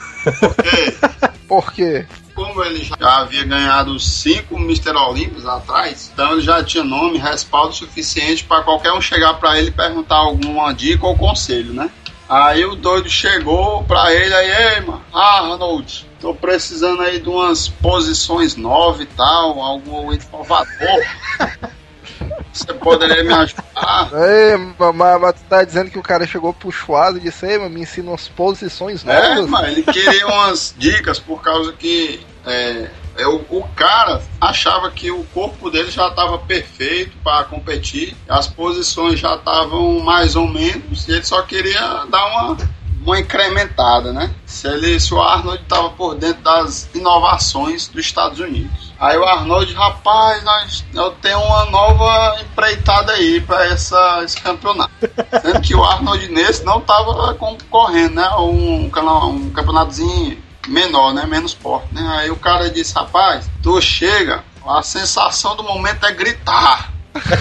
Por quê? Como ele já havia ganhado 5 Mr. Olympus atrás, então ele já tinha nome e respaldo suficiente para qualquer um chegar para ele e perguntar alguma dica ou conselho, né? Aí o doido chegou pra ele aí, ei, mano, Arnold, tô precisando aí de umas posições novas e tal, algum inovador. Você poderia me ajudar? Mas tu tá dizendo que o cara chegou pro Schwarz e disse, mano, me ensina umas posições novas? Mas ele queria umas dicas por causa que o cara achava que o corpo dele já estava perfeito para competir, as posições já estavam mais ou menos, e ele só queria dar uma incrementada, né? Se o Arnold estava por dentro das inovações dos Estados Unidos. Aí o Arnold, rapaz, eu tenho uma nova empreitada aí para esse campeonato. Sendo que o Arnold nesse não estava concorrendo, né? Um campeonatozinho menor, né? Menos forte, né? Aí o cara disse, rapaz, tu chega, a sensação do momento é gritar.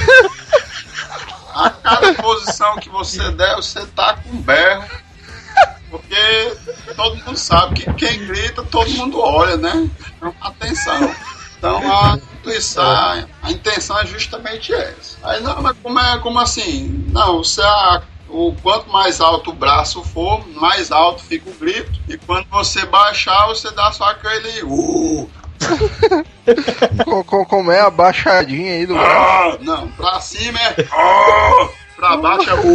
A cada posição que você der, você tá com berro. Porque todo mundo sabe que quem grita, todo mundo olha, né? Atenção. Então a intenção é justamente essa. Aí não, mas como assim? Não, o quanto mais alto o braço for, mais alto fica o grito. E quando você baixar, você dá só aquele Como é a baixadinha aí do braço? Não, pra cima é pra baixo é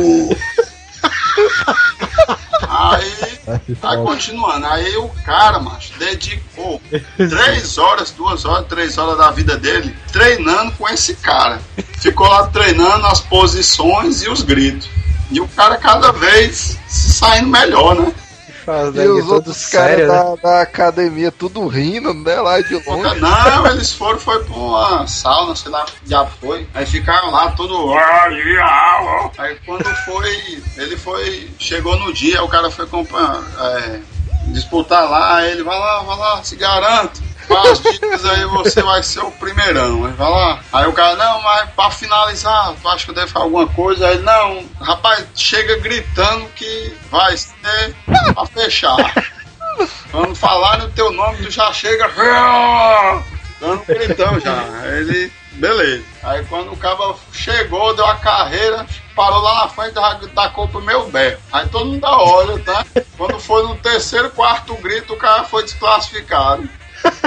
Aí continuando, aí o cara, macho, dedicou 3 horas, 2 horas, 3 horas da vida dele treinando com esse cara. Ficou lá treinando as posições e os gritos. E o cara cada vez saindo melhor, né? E os outros caras da academia tudo rindo, né, lá de longe. Não, eles foi pra uma sauna, sei lá, já foi. Aí ficaram lá tudo. Aí quando chegou no dia, o cara foi disputar lá, aí ele vai lá, se garante. Faz dicas aí, você vai ser o primeirão. Aí vai lá. Aí o cara, não, mas pra finalizar, tu acha que eu devo fazer alguma coisa? Aí não, rapaz, chega gritando que vai ser pra fechar. Quando falar no teu nome, tu já chega dando gritão já. Aí ele, beleza. Aí quando o cara chegou, deu a carreira, parou lá na frente, tacou pro meu berro. Aí todo mundo olha, tá? Quando foi no terceiro, quarto grito, o cara foi desclassificado.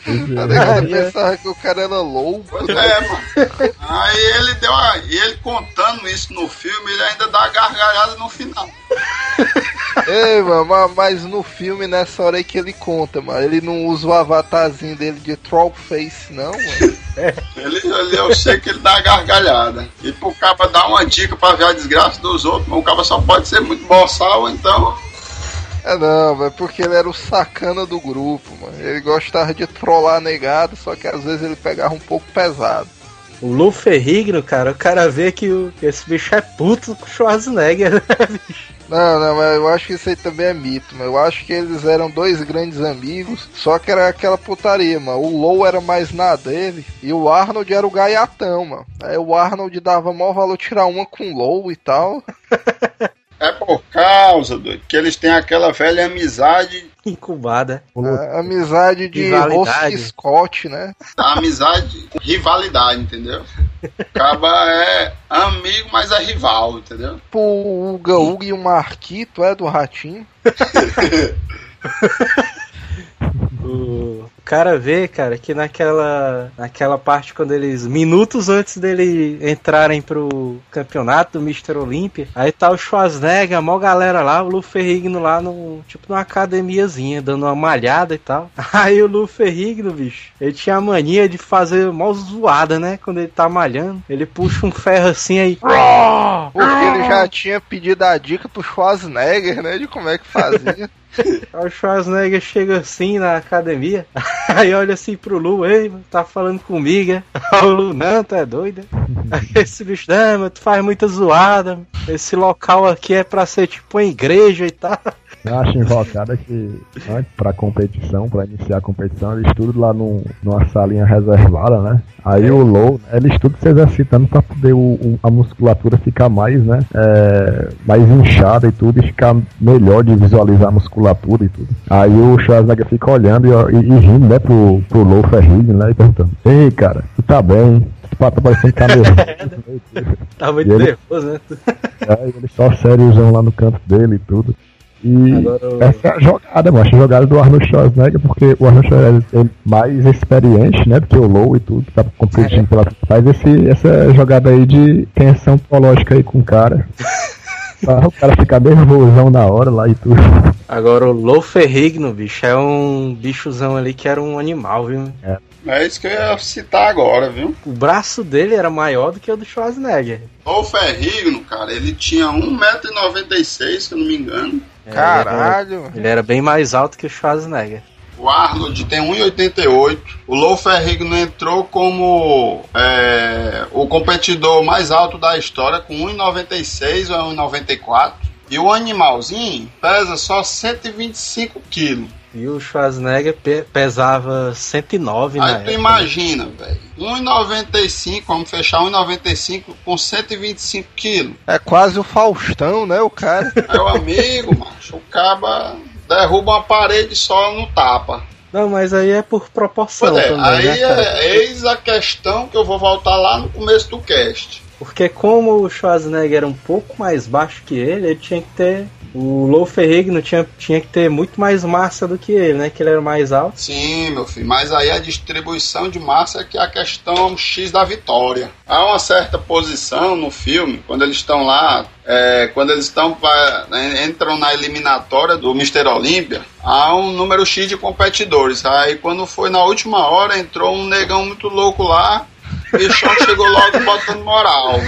Eu pensava que o cara era louco. Pois é, mano. Aí ele contando isso no filme, ele ainda dá a gargalhada no final. Ei, mano, mas no filme, nessa hora aí que ele conta, mano, ele não usa o avatarzinho dele de Trollface, não, mano. Eu sei que ele dá a gargalhada. E pro cara dar uma dica pra ver a desgraça dos outros, mas o cara só pode ser muito boçal, então... Não, é porque ele era o sacana do grupo, mano. Ele gostava de trollar negado, só que às vezes ele pegava um pouco pesado. O Lou Ferrigno, cara, o cara vê que esse bicho é puto com o Schwarzenegger, né, bicho? Não, mas eu acho que isso aí também é mito, mano. Eu acho que eles eram dois grandes amigos, só que era aquela putaria, mano. O Lou era mais na dele e o Arnold era o gaiatão, mano. Aí o Arnold dava maior valor tirar uma com o Lou e tal. É por causa, doido, que eles têm aquela velha amizade... Incubada. Amizade de Rossi Scott, né? Amizade, rivalidade, entendeu? Acaba é amigo, mas é rival, entendeu? O Uga Uga e o Marquito é do Ratinho. O cara vê, cara, que naquela parte quando eles, minutos antes dele entrarem pro campeonato do Mr. Olympia, aí tá o Schwarzenegger, a maior galera lá, o Lou Ferrigno lá numa academiazinha, dando uma malhada e tal. Aí o Lou Ferrigno, bicho, ele tinha a mania de fazer mó zoada, né, quando ele tá malhando. Ele puxa um ferro assim aí. Porque ele já tinha pedido a dica pro Schwarzenegger, né, de como é que fazia. Aí o Schwarzenegger chega assim na academia, aí olha assim pro Lu, ei, tá falando comigo, é? Aí o Lu, não, tu é doido? Aí esse bicho, não, mas tu faz muita zoada, esse local aqui é pra ser tipo uma igreja e tal. Eu acho invocada que antes pra competição, pra iniciar a competição, eles estudam lá numa salinha reservada, né? Aí o Low, ele estuda se exercitando pra poder a musculatura ficar mais, né? Mais inchada e tudo, e ficar melhor de visualizar a musculatura e tudo. Aí o Schwarzenegger fica olhando e rindo, né, pro Low Ferrigno, né? E perguntando, ei, cara, tu tá bem? Tá parecendo que tá nervoso. Tá muito nervoso, né? Aí ele só sériozão lá no canto dele e tudo. E agora, essa é a jogada, mano. A jogada do Arnold Schwarzenegger, porque o Arnold Schwarzenegger é mais experiente, né, do que o Low e tudo, que tá competindo pela... Faz essa jogada aí de tensão psicológica aí com o cara. Pra o cara ficar nervosão na hora lá e tudo. Agora o Lou Ferrigno, bicho, é um bichozão ali que era um animal, viu? É isso que eu ia citar agora, viu? O braço dele era maior do que o do Schwarzenegger. O Ferrigno, cara, ele tinha 1,96m, se eu não me engano. Caralho! Ele era bem mais alto que o Schwarzenegger. O Arnold tem 1,88. O Lou Ferrigno entrou como o competidor mais alto da história, com 1,96 ou 1,94. E o animalzinho pesa só 125 quilos. E o Schwarzenegger pesava 109 na época. Aí tu imagina, velho. 1,95, vamos fechar 1,95 com 125 quilos. É quase o Faustão, né, o cara? Meu amigo, macho, o caba derruba uma parede só no tapa. Não, mas aí é por proporção também, aí né, eis a questão que eu vou voltar lá no começo do cast. Porque como o Schwarzenegger era um pouco mais baixo que ele tinha que ter... O Lou Ferrigno tinha que ter muito mais massa do que ele, né? Que ele era mais alto. Sim, meu filho, mas aí a distribuição de massa é que é a questão X da vitória. Há uma certa posição no filme, quando eles estão lá, quando eles entram na eliminatória do Mr. Olympia, há um número X de competidores. Aí quando foi na última hora, entrou um negão muito louco lá, o bichão chegou logo botando moral.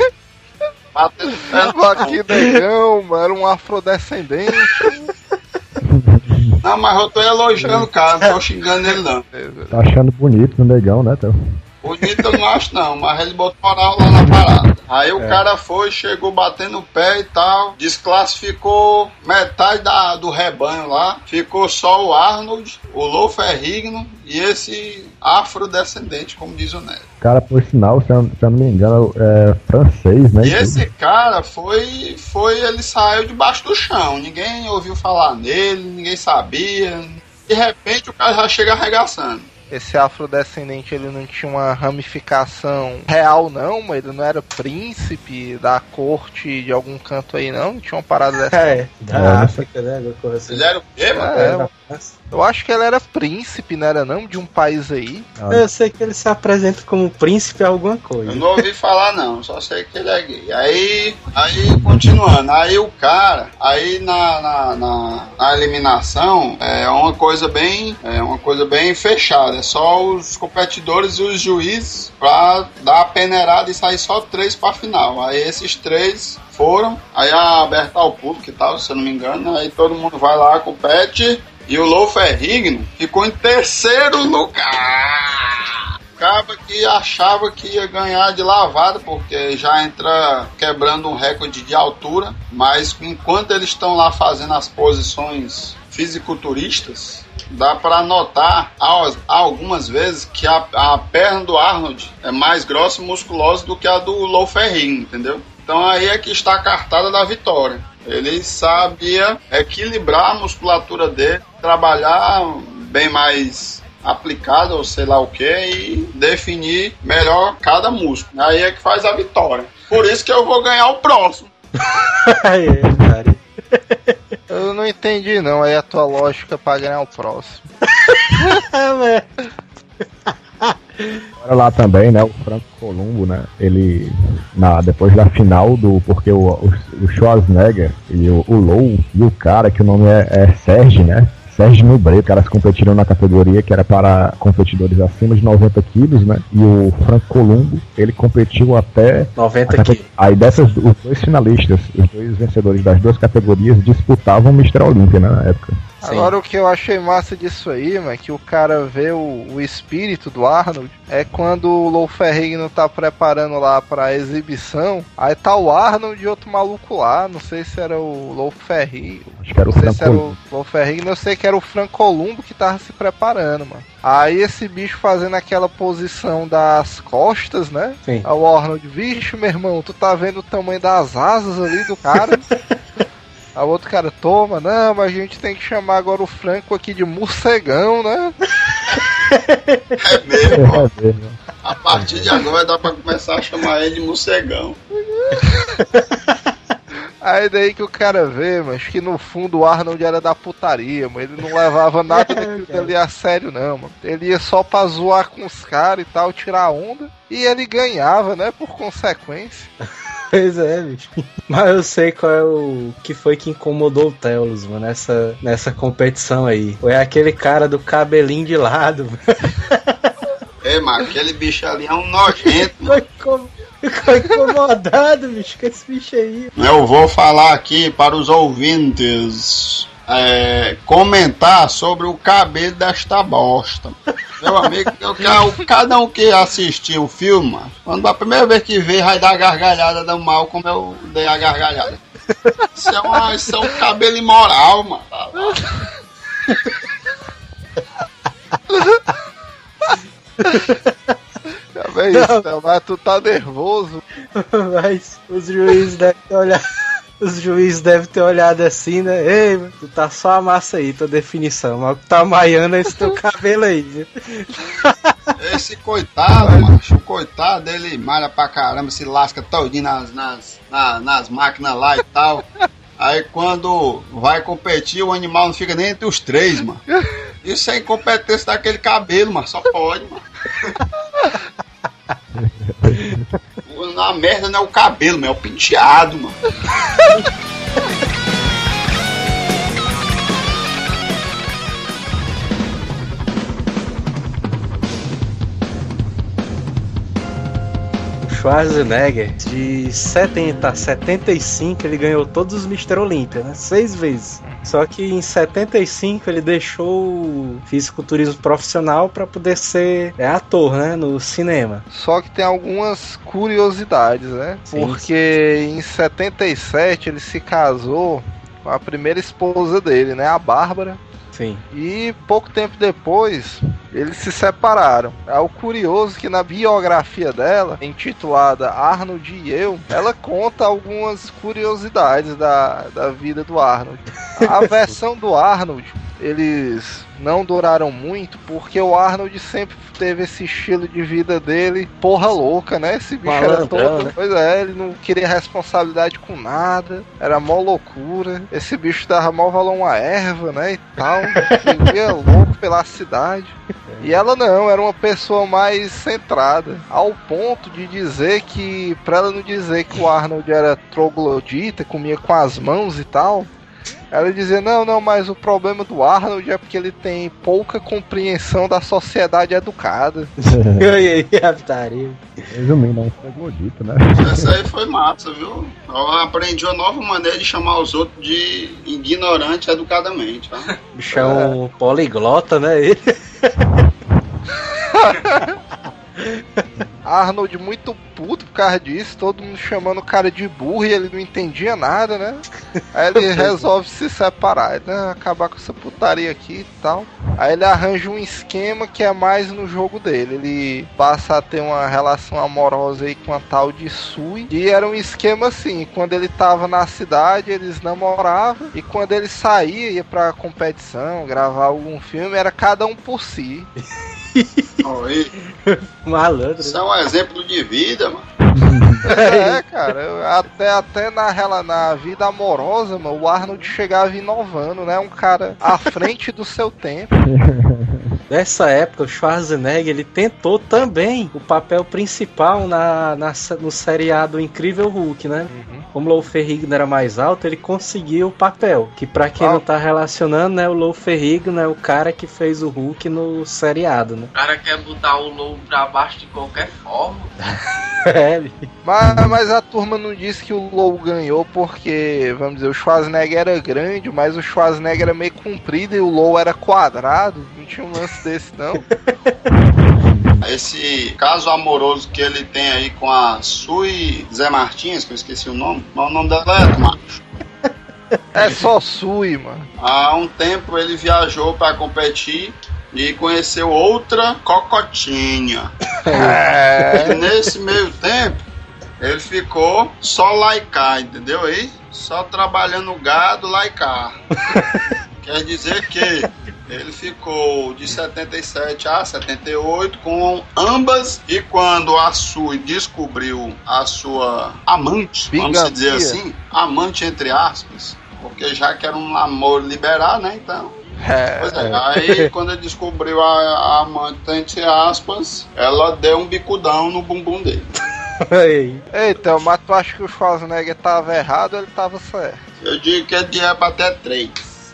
Que negão, mano, era um afrodescendente. Não, mas eu tô elogiando o cara, não tô xingando ele não. Tá achando bonito no negão, né, Théo? Bonito eu não acho não, mas ele botou moral lá na parada. Aí o cara chegou batendo o pé e tal, desclassificou metade do rebanho lá, ficou só o Arnold, o Lou Ferrigno e esse afrodescendente, como diz o Neto. O cara, por sinal, se eu não me engano, é francês, né? E esse cara ele saiu debaixo do chão, ninguém ouviu falar nele, ninguém sabia. De repente o cara já chega arregaçando. esse afrodescendente ele não tinha uma ramificação real não, mas ele não era príncipe da corte de algum canto aí não tinha uma parada dessa. Da África, né? Assim. Ele era o quê, mano? Eu acho que ele era príncipe, não era não? De um país aí. Eu sei que ele se apresenta como príncipe alguma coisa. Eu não ouvi falar não, só sei que ele é gay. Aí continuando, aí o cara, aí na eliminação é uma coisa bem fechada. É só os competidores e os juízes pra dar a peneirada e sair só 3 pra final. Aí esses 3 foram, aí aberto ao público e tal, se eu não me engano, aí todo mundo vai lá, compete. E o Lou Ferrigno ficou em 3º lugar. Acaba que achava que ia ganhar de lavada, porque já entra quebrando um recorde de altura. Mas enquanto eles estão lá fazendo as posições fisiculturistas, dá para notar algumas vezes que a perna do Arnold é mais grossa e musculosa do que a do Lou Ferrigno, entendeu? Então aí é que está a cartada da vitória. Ele sabia equilibrar a musculatura dele, trabalhar bem mais aplicado, ou sei lá o que, e definir melhor cada músculo. Aí é que faz a vitória. Por isso que eu vou ganhar o próximo. Eu não entendi não, aí a tua lógica pra ganhar o próximo. Agora lá também, né, o Franco Columbo, né, ele, depois da final porque o Schwarzenegger e o Lou e o cara, que o nome é Serge, né, Serge Nubret, os caras competiram na categoria que era para competidores acima de 90 quilos, né, e o Franco Columbo, ele competiu até 90 quilos. Aí os 2 finalistas, os 2 vencedores das 2 categorias disputavam o Mr. Olympia, né, na época. Agora o que eu achei massa disso aí, mano, é que o cara vê o espírito do Arnold, é quando o Lou Ferrigno tá preparando lá pra exibição, aí tá o Arnold e outro maluco lá, não sei se era o Lou Ferrigno, acho que era o Lou Ferrigno, eu sei que era o Franco Columbo que tava se preparando, mano. Aí esse bicho fazendo aquela posição das costas, né? Sim. Aí o Arnold, vixe, meu irmão, tu tá vendo o tamanho das asas ali do cara? A outro cara, toma, não, mas a gente tem que chamar agora o Franco aqui de morcegão, né? É mesmo. A partir de agora dá pra começar a chamar ele de morcegão. Aí daí que o cara vê, mas que no fundo o Arnold era da putaria, mas ele não levava nada daquilo ali a sério não, mano. Ele ia só pra zoar com os caras e tal, tirar onda, e ele ganhava, né, por consequência. Pois é, bicho. Mas eu sei qual é o que foi que incomodou o Telos, mano, nessa competição aí. Foi aquele cara do cabelinho de lado. Mas aquele bicho ali é um nojento, mano. Ficou incomodado, bicho, com esse bicho aí. Eu vou falar aqui para os ouvintes comentar sobre o cabelo desta bosta. Meu amigo, cada um que assistiu o filme, quando a primeira vez que vê, vai dar a gargalhada do mal, como eu dei a gargalhada. Isso é um cabelo imoral, mano. Mas tu tá nervoso. Mas os juízes devem ter olhado assim, né? Ei, tu tá só a massa aí, tua definição. Mas o que tá maiando é esse teu cabelo aí, viu? Esse coitado, macho, o coitado, ele malha pra caramba, se lasca todinho nas máquinas lá e tal. Aí quando vai competir, o animal não fica nem entre os 3, mano. Isso é incompetência daquele cabelo, mano. Só pode, mano. Na merda não é o cabelo, mano. É o penteado, mano. Schwarzenegger, de 70 a 75, ele ganhou todos os Mr. Olympia, né? 6 vezes. Só que em 75 ele deixou o fisiculturismo profissional para poder ser ator, né? No cinema. Só que tem algumas curiosidades, né? Sim. Porque em 77 ele se casou com a primeira esposa dele, né? A Bárbara. Sim. E pouco tempo depois eles se separaram. É o curioso que na biografia dela, intitulada Arnold e Eu, ela conta algumas curiosidades da vida do Arnold. A versão do Arnold eles não duraram muito porque o Arnold sempre teve esse estilo de vida dele, porra louca, né? Esse bicho era todo... Né? Pois é, ele não queria responsabilidade com nada, era mó loucura. Esse bicho dava mó valor a uma erva, né? E tal, vivia louco pela cidade. E ela não, era uma pessoa mais centrada, ao ponto de dizer que, pra ela não dizer que o Arnold era troglodita, comia com as mãos e tal, ela dizia, não, mas o problema do Arnold é porque ele tem pouca compreensão da sociedade educada. Resumindo, é um troglodita, né? Essa aí foi massa, viu? Eu aprendi uma nova maneira de chamar os outros de ignorante educadamente. Tá? Bicho é um poliglota, né? Ele... Arnold muito puto por causa disso, todo mundo chamando o cara de burro e ele não entendia nada, né? Aí ele resolve se separar, né? Acabar com essa putaria aqui e tal. Aí ele arranja um esquema que é mais no jogo dele. Ele passa a ter uma relação amorosa aí com a tal de Sui. E era um esquema assim, quando ele tava na cidade, eles namoravam. E quando ele saía, ia pra competição, gravar algum filme, era cada um por si. Oi. Malandro. Isso é um exemplo de vida, mano. É, cara, até na vida amorosa, mano, o Arnold chegava inovando, né? Um cara à frente do seu tempo. Nessa época, o Schwarzenegger, ele tentou também o papel principal no seriado Incrível Hulk, né? Como o Lou Ferrigno era mais alto, ele conseguiu o papel. Que pra quem não tá relacionando, né? O Lou Ferrigno é o cara que fez o Hulk no seriado, né? O cara quer botar o Lou pra baixo de qualquer forma. Mas a turma não disse que o Lou ganhou porque, vamos dizer, o Schwarzenegger era grande, mas o Schwarzenegger era meio comprido e o Lou era quadrado. Não tinha um lance desse, não. Esse caso amoroso que ele tem aí com a Sui Zé Martins, que eu esqueci o nome, mas o nome dela é macho. É só Sui, mano. Há um tempo ele viajou pra competir e conheceu outra cocotinha. E nesse meio tempo, ele ficou só laicar, entendeu aí? Só trabalhando gado laicar. Quer dizer que ele ficou de 77 a 78 com ambas, e quando a Sui descobriu a sua amante, vamos dizer assim, amante entre aspas, porque já que era um namoro liberado, né, então... Pois é, aí quando ele descobriu a amante entre aspas, ela deu um bicudão no bumbum dele. Eita, mas tu acha que o Schwarzenegger tava errado ou ele tava certo? Eu digo que ele tinha pra ter 3.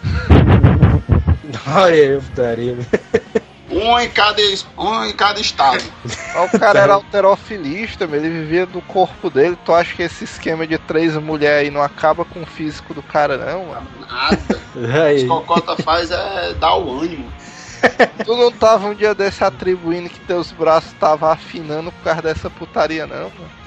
Olha aí, putaria. Um em cada estado. O cara era alterofilista, ele vivia do corpo dele. Tu acha que esse esquema de 3 mulheres aí não acaba com o físico do cara, não, mano? Nada. O que Cocota faz é dar o ânimo. Tu não tava um dia desse atribuindo que teus braços estavam afinando por causa dessa putaria, não, mano?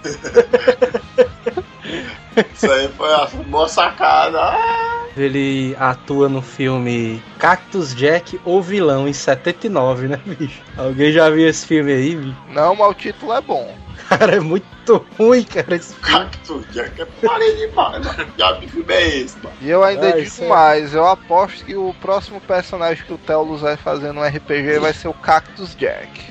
Isso aí foi uma boa sacada. Ele atua no filme Cactus Jack, ou Vilão, em 79, né, bicho? Alguém já viu esse filme aí, bicho? Não, mas o título é bom. Cara, é muito ruim, cara, esse filme. Cactus Jack é parede demais, mano. Já que filme é esse, mano? E eu ainda digo mais, eu aposto que o próximo personagem que o Telos vai fazer no RPG vai ser o Cactus Jack.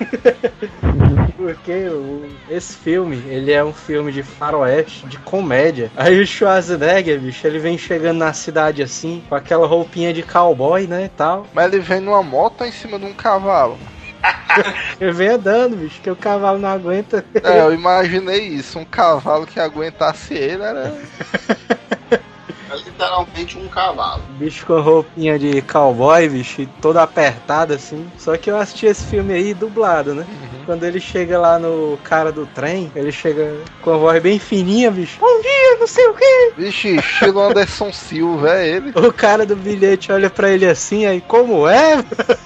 Porque esse filme, ele é um filme de faroeste, de comédia. Aí o Schwarzenegger, bicho, ele vem chegando na cidade assim, com aquela roupinha de cowboy, né, e tal. Mas ele vem numa moto ou em cima de um cavalo? Ele vem andando, bicho, que o cavalo não aguenta. É, eu imaginei isso, um cavalo que aguentasse ele era... É literalmente um cavalo. Bicho com roupinha de cowboy, bicho, toda apertada assim. Só que eu assisti esse filme aí dublado, né? Quando ele chega lá no cara do trem, ele chega com a voz bem fininha, bicho. Bom dia, não sei o quê. Bicho, estilo Anderson Silva, é ele. O cara do bilhete olha pra ele assim, aí, como é?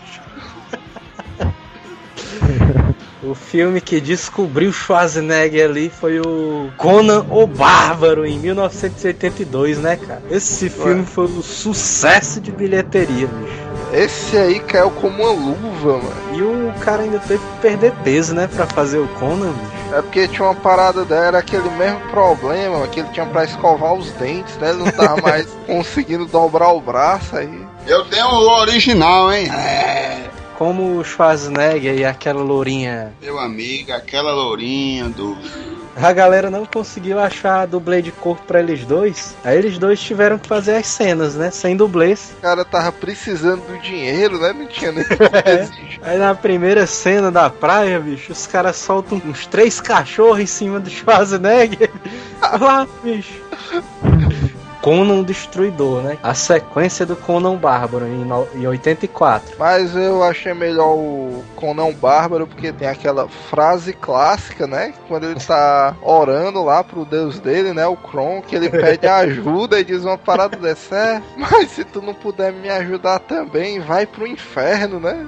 O filme que descobriu Schwarzenegger ali foi o Conan o Bárbaro, em 1982, né, cara? Esse filme foi um sucesso de bilheteria, bicho. Esse aí caiu como uma luva, mano. E o cara ainda teve que perder peso, né, pra fazer o Conan, bicho. É porque tinha uma parada dela, era aquele mesmo problema que ele tinha pra escovar os dentes, né? Ele não tava mais conseguindo dobrar o braço aí. Eu tenho o original, hein? Como o Schwarzenegger e aquela lourinha... Meu amigo, aquela lourinha do... A galera não conseguiu achar dublê de corpo pra eles dois. Aí eles dois tiveram que fazer as cenas, né? Sem dublês. O cara tava precisando do dinheiro, né? Não tinha nem Aí na primeira cena da praia, bicho, os caras soltam uns 3 cachorros em cima do Schwarzenegger. Lá, bicho. Conan o Destruidor, né? A sequência do Conan Bárbaro em 84. Mas eu achei melhor o Conan Bárbaro porque tem aquela frase clássica, né? Quando ele tá orando lá pro deus dele, né? O Kron, que ele pede ajuda e diz uma parada dessa. Mas se tu não puder me ajudar também, vai pro inferno, né?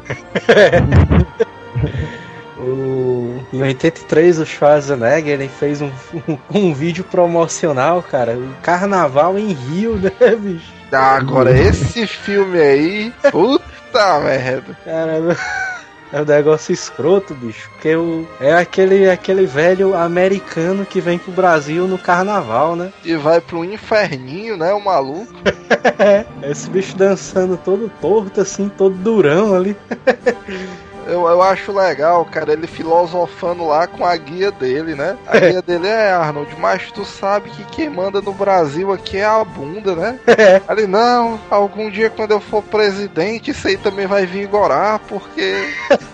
Em 83 o Schwarzenegger ele fez um vídeo promocional, cara, o carnaval em Rio, né, bicho? Agora esse filme aí, puta merda. Cara, é um negócio escroto, bicho, porque é aquele velho americano que vem pro Brasil no carnaval, né? E vai pro inferninho, né, o maluco. Esse bicho dançando todo torto, assim, todo durão ali. Eu acho legal, cara, ele filosofando lá com a guia dele, né? A guia dele é, Arnold, mas tu sabe que quem manda no Brasil aqui é a bunda, né? Ali, não, algum dia quando eu for presidente, isso aí também vai vigorar, porque...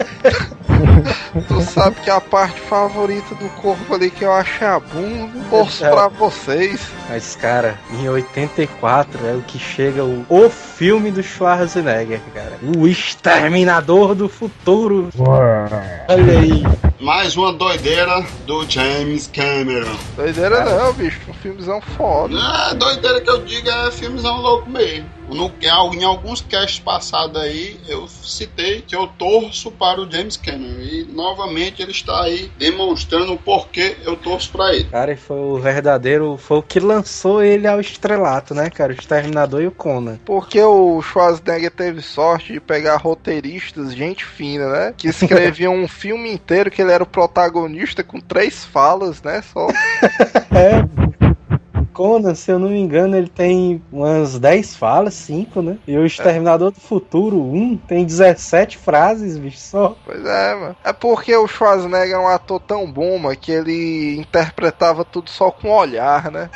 Tu sabe que a parte favorita do corpo ali que eu acho é a bunda. Torço pra vocês. Mas, cara, em 84 é o que chega o filme do Schwarzenegger, cara. O Exterminador do Futuro. Olha aí. Mais uma doideira do James Cameron. Doideira não, bicho. Um filmezão foda. Doideira que eu digo é filmezão louco mesmo. Em alguns casts passados aí, eu citei que eu torço para o James Cameron. E novamente ele está aí demonstrando o porquê eu torço para ele. Cara, foi o que lançou ele ao estrelato, né, cara? O Exterminador e o Conan. Porque o Schwarzenegger teve sorte de pegar roteiristas, gente fina, né? Que escreviam um filme inteiro que ele era o protagonista com 3 falas, né? Só. Conan, se eu não me engano, ele tem umas 10 falas, 5, né? E o Exterminador do Futuro 1 tem 17 frases, bicho, só. Pois é, mano. É porque o Schwarzenegger é um ator tão bom, mano, que ele interpretava tudo só com o olhar, né?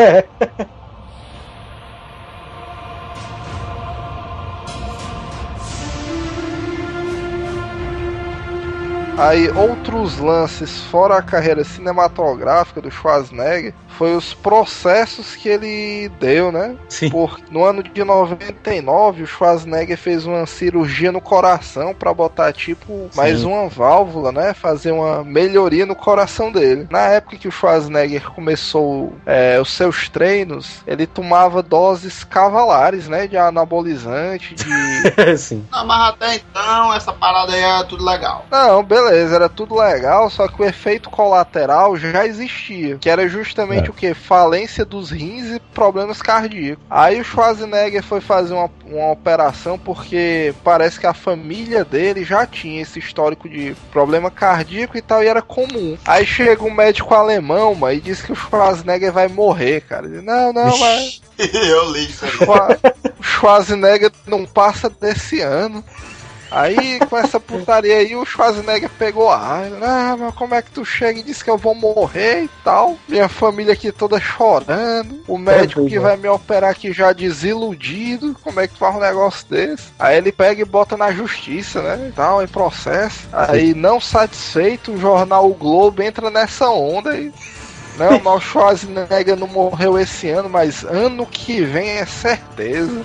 Aí, outros lances fora a carreira cinematográfica do Schwarzenegger foi os processos que ele deu, né? Sim. No ano de 99, o Schwarzenegger fez uma cirurgia no coração pra botar, tipo, mais uma válvula, né? Fazer uma melhoria no coração dele. Na época que o Schwarzenegger começou os seus treinos, ele tomava doses cavalares, né? De anabolizante, de... Sim. Não, mas até então, essa parada aí é tudo legal. Não, beleza, era tudo legal, só que o efeito colateral já existia, que era justamente o que? Falência dos rins e problemas cardíacos. Aí o Schwarzenegger foi fazer uma operação porque parece que a família dele já tinha esse histórico de problema cardíaco e tal, e era comum. Aí chega um médico alemão, mano, e diz que o Schwarzenegger vai morrer, cara. Ele, não, mas... Eu li isso aí. O Schwarzenegger não passa desse ano. Aí, com essa putaria aí, o Schwarzenegger pegou a raiva. Mas como é que tu chega e diz que eu vou morrer e tal? Minha família aqui toda chorando. O médico que vai me operar aqui já desiludido. Como é que tu faz um negócio desse? Aí ele pega e bota na justiça, né? E tal, em processo. Aí, não satisfeito, o jornal O Globo entra nessa onda e... Não, mas o Schwarzenegger não morreu esse ano, mas ano que vem é certeza.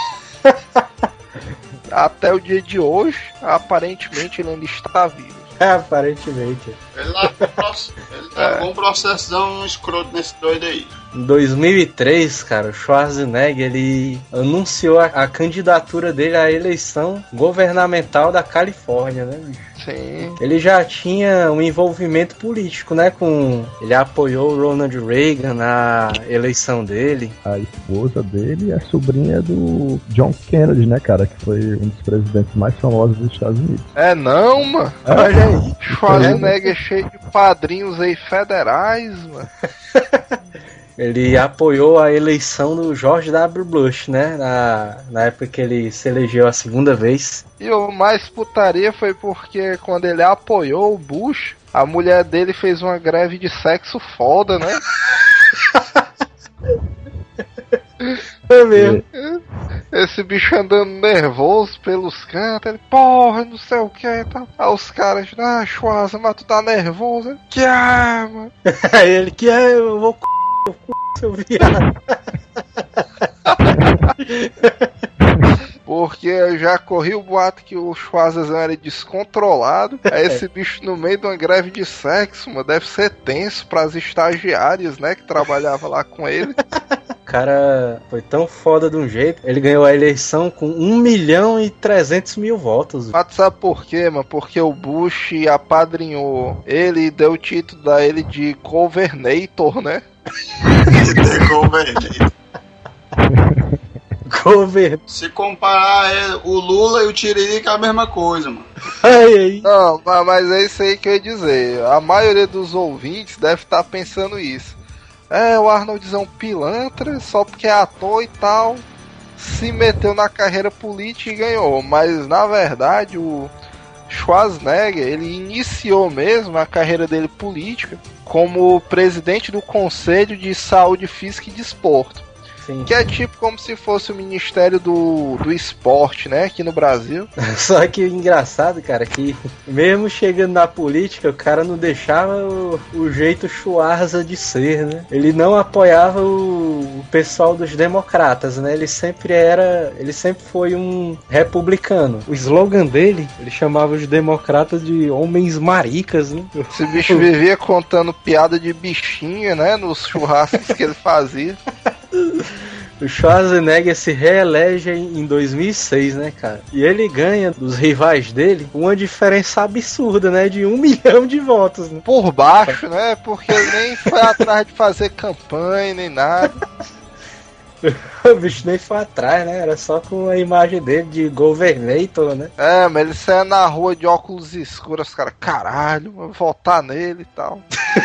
Até o dia de hoje, aparentemente ele ainda está vivo. Aparentemente. Ele tá com um processão escroto nesse doido aí. Em 2003, cara, o Schwarzenegger, ele anunciou a candidatura dele à eleição governamental da Califórnia, né, bicho? Sim. Ele já tinha um envolvimento político, né? Ele apoiou o Ronald Reagan na eleição dele. A esposa dele é a sobrinha do John Kennedy, né, cara? Que foi um dos presidentes mais famosos dos Estados Unidos. É não, mano. Olha aí. Schwarzenegger cheio de padrinhos aí federais, mano. Ele apoiou a eleição do George W. Bush, né? Na época que ele se elegeu a segunda vez. E o mais putaria foi porque quando ele apoiou o Bush, a mulher dele fez uma greve de sexo foda, né? É mesmo. Esse bicho andando nervoso pelos cantos, ele, porra, não sei o que e tal. Aí os caras, Schwarza, mas tu tá nervoso? Ele, que é, mano? Aí ele, que é, eu vou seu viado. Porque eu já corri o boato que o Schwarzazão era descontrolado. Aí esse bicho no meio de uma greve de sexo, mano, deve ser tenso pras estagiárias, né, que trabalhavam lá com ele. O cara foi tão foda de um jeito, ele ganhou a eleição com 1.300.000 votos. Mas tu sabe por quê, mano? Porque o Bush apadrinhou ele e deu o título a ele de Governator, né? Se comparar o Lula e o Tiririca é a mesma coisa, mano. Não, mas é isso aí que eu ia dizer. A maioria dos ouvintes deve estar pensando isso. O Arnoldzão pilantra, só porque é ator e tal, se meteu na carreira política e ganhou. Mas na verdade o Schwarzenegger, ele iniciou mesmo a carreira dele política como presidente do Conselho de Saúde Física e Desporto. Sim. Que é tipo como se fosse o Ministério do Esporte, né, aqui no Brasil. Só que o engraçado, cara, que mesmo chegando na política, o cara não deixava o jeito Schwarza de ser, né? Ele não apoiava o pessoal dos democratas, né? Ele sempre foi um republicano. O slogan dele, ele chamava os democratas de homens maricas, né? Esse bicho vivia contando piada de bichinha, né, nos churrascos que ele fazia. O Schwarzenegger se reelege em 2006, né, cara? E ele ganha dos rivais dele uma diferença absurda, né? De 1 milhão de votos, né? Por baixo, né? Porque ele nem foi atrás de fazer campanha, nem nada. O bicho nem foi atrás, né? Era só com a imagem dele de Governator, né? Mas ele saia na rua de óculos escuros, os caras, caralho, vou votar nele e tal.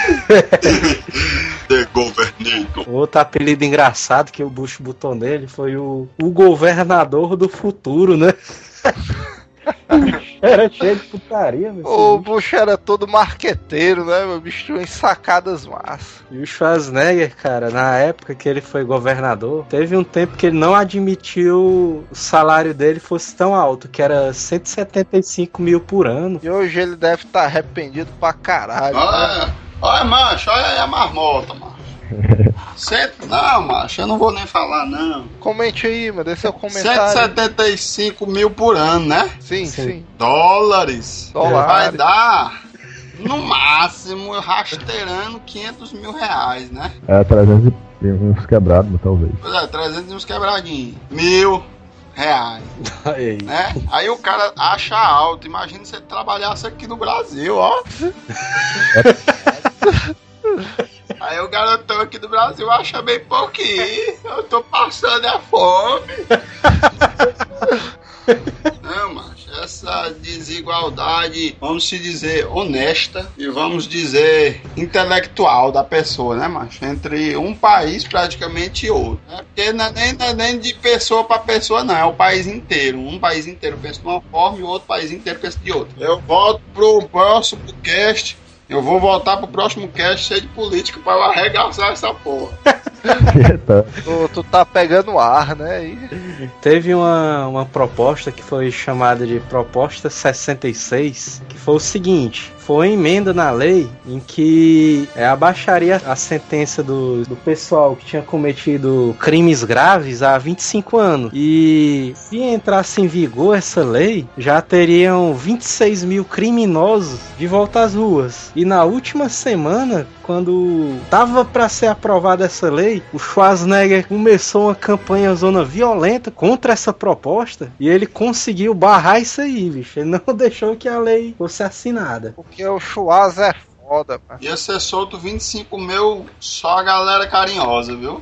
The Governator. Outro apelido engraçado que o Bush botou nele foi o governador do futuro, né? Era cheio de putaria, meu. O Bush era todo marqueteiro, né? Meu bicho tinha sacadas massas. E o Schwarzenegger, cara, na época que ele foi governador, teve um tempo que ele não admitiu o salário dele fosse tão alto, que era 175 mil por ano. E hoje ele deve estar arrependido pra caralho. Olha, macho, olha aí a marmota, macho. Não, macho, eu não vou nem falar, não. Comente aí, mano, dê seu comentário. 175 mil por ano, né? Sim. Dólares. Vai dar, no máximo, rasteirando 500 mil reais, né? 300 e uns quebrados, talvez. Pois é, 300 e uns quebradinhos. R$1.000. Né? Aí o cara acha alto. Imagina se ele trabalhasse aqui no Brasil, ó. Aí o garotão aqui do Brasil acha bem pouquinho. Eu tô passando a fome. Não, macho, essa desigualdade, vamos se dizer, honesta e vamos dizer intelectual da pessoa, né, macho? Entre um país praticamente e outro. Né? Porque não é nem de pessoa pra pessoa, não. É o país inteiro. Um país inteiro pensa de uma forma e o outro país inteiro pensa de outra. Eu volto pro próximo cast. Eu vou voltar pro próximo cast cheio de política pra eu arregaçar essa porra. Tu tá pegando ar, né? Teve uma proposta que foi chamada de Proposta 66, que foi o seguinte: foi uma emenda na lei em que abaixaria a sentença do pessoal que tinha cometido crimes graves a 25 anos. E se entrasse em vigor essa lei, já teriam 26 mil criminosos de volta às ruas. E na última semana, quando tava para ser aprovada essa lei, o Schwarzenegger começou uma campanha zona violenta contra essa proposta e ele conseguiu barrar isso aí, bicho. Ele não deixou que a lei fosse assinada. Porque o Schwarz é foda, mano. Ia ser solto 25 mil, só a galera carinhosa, viu?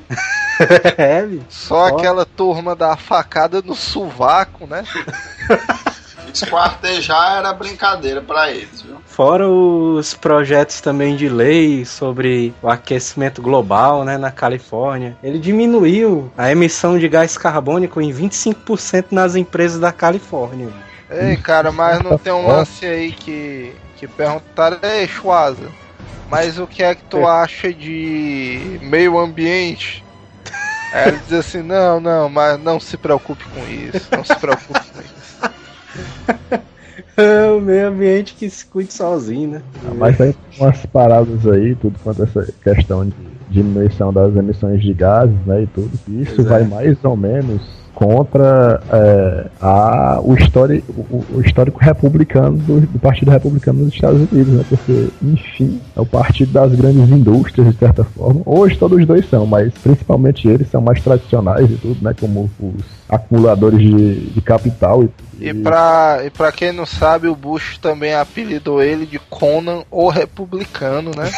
Só aquela turma da facada no sovaco, né? esquartejar era brincadeira pra eles, viu? Fora os projetos também de lei sobre o aquecimento global, né, na Califórnia. Ele diminuiu a emissão de gás carbônico em 25% nas empresas da Califórnia. Ei, cara, mas não tem um lance aí que perguntaram, ei, Schwaza, mas o que é que tu acha de meio ambiente? Aí ele diz assim, não, mas não se preocupe com isso, não se preocupe com isso. O meio ambiente que se cuide sozinho, né? Mas tem umas paradas aí, tudo quanto essa questão de diminuição das emissões de gases, né, e tudo. Isso vai mais ou menos contra o histórico republicano do Partido Republicano nos Estados Unidos, né? Porque, enfim, é o partido das grandes indústrias, de certa forma. Hoje todos os dois são, mas principalmente eles são mais tradicionais e tudo, né? Como os acumuladores de capital e tudo. E pra quem não sabe, o Bush também apelidou ele de Conan o Republicano, né?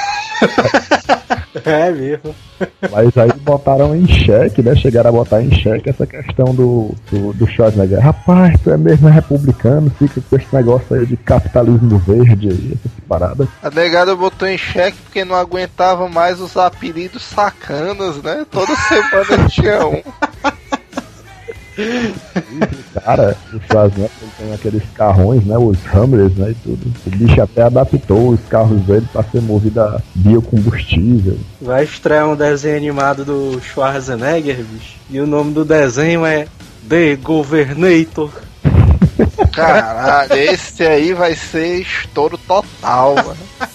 É mesmo. Mas aí botaram em xeque, né? Chegaram a botar em xeque essa questão do Schwarzenegger. Rapaz, tu é mesmo republicano, fica com esse negócio aí de capitalismo verde aí, essas paradas. A negada botou em xeque porque não aguentava mais os apelidos sacanas, né? Toda semana tinha um. Cara, o Schwarzenegger tem aqueles carrões, né? Os Hammers, né? E tudo. O bicho até adaptou os carros dele pra ser movido a biocombustível. Vai estrear um desenho animado do Schwarzenegger, bicho. E o nome do desenho é The Governator. Caralho, esse aí vai ser estouro total, mano.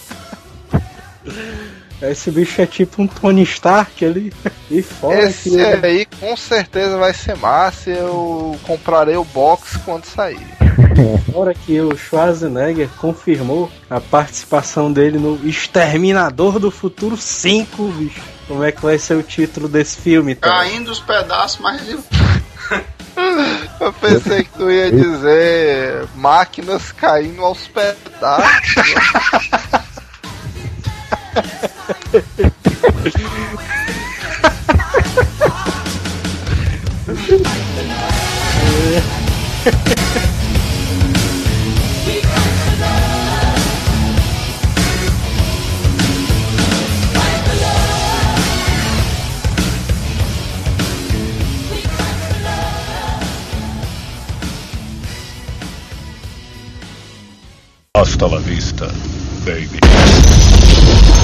Esse bicho é tipo um Tony Stark ali. E fora esse que aí com certeza vai ser massa. Eu comprarei o box quando sair. fora que o Schwarzenegger confirmou a participação dele no Exterminador do Futuro 5, bicho. Como é que vai ser o título desse filme, tá? Caindo os pedaços, mas Eu pensei que tu ia dizer máquinas caindo aos pedaços. Hasta la vista, baby.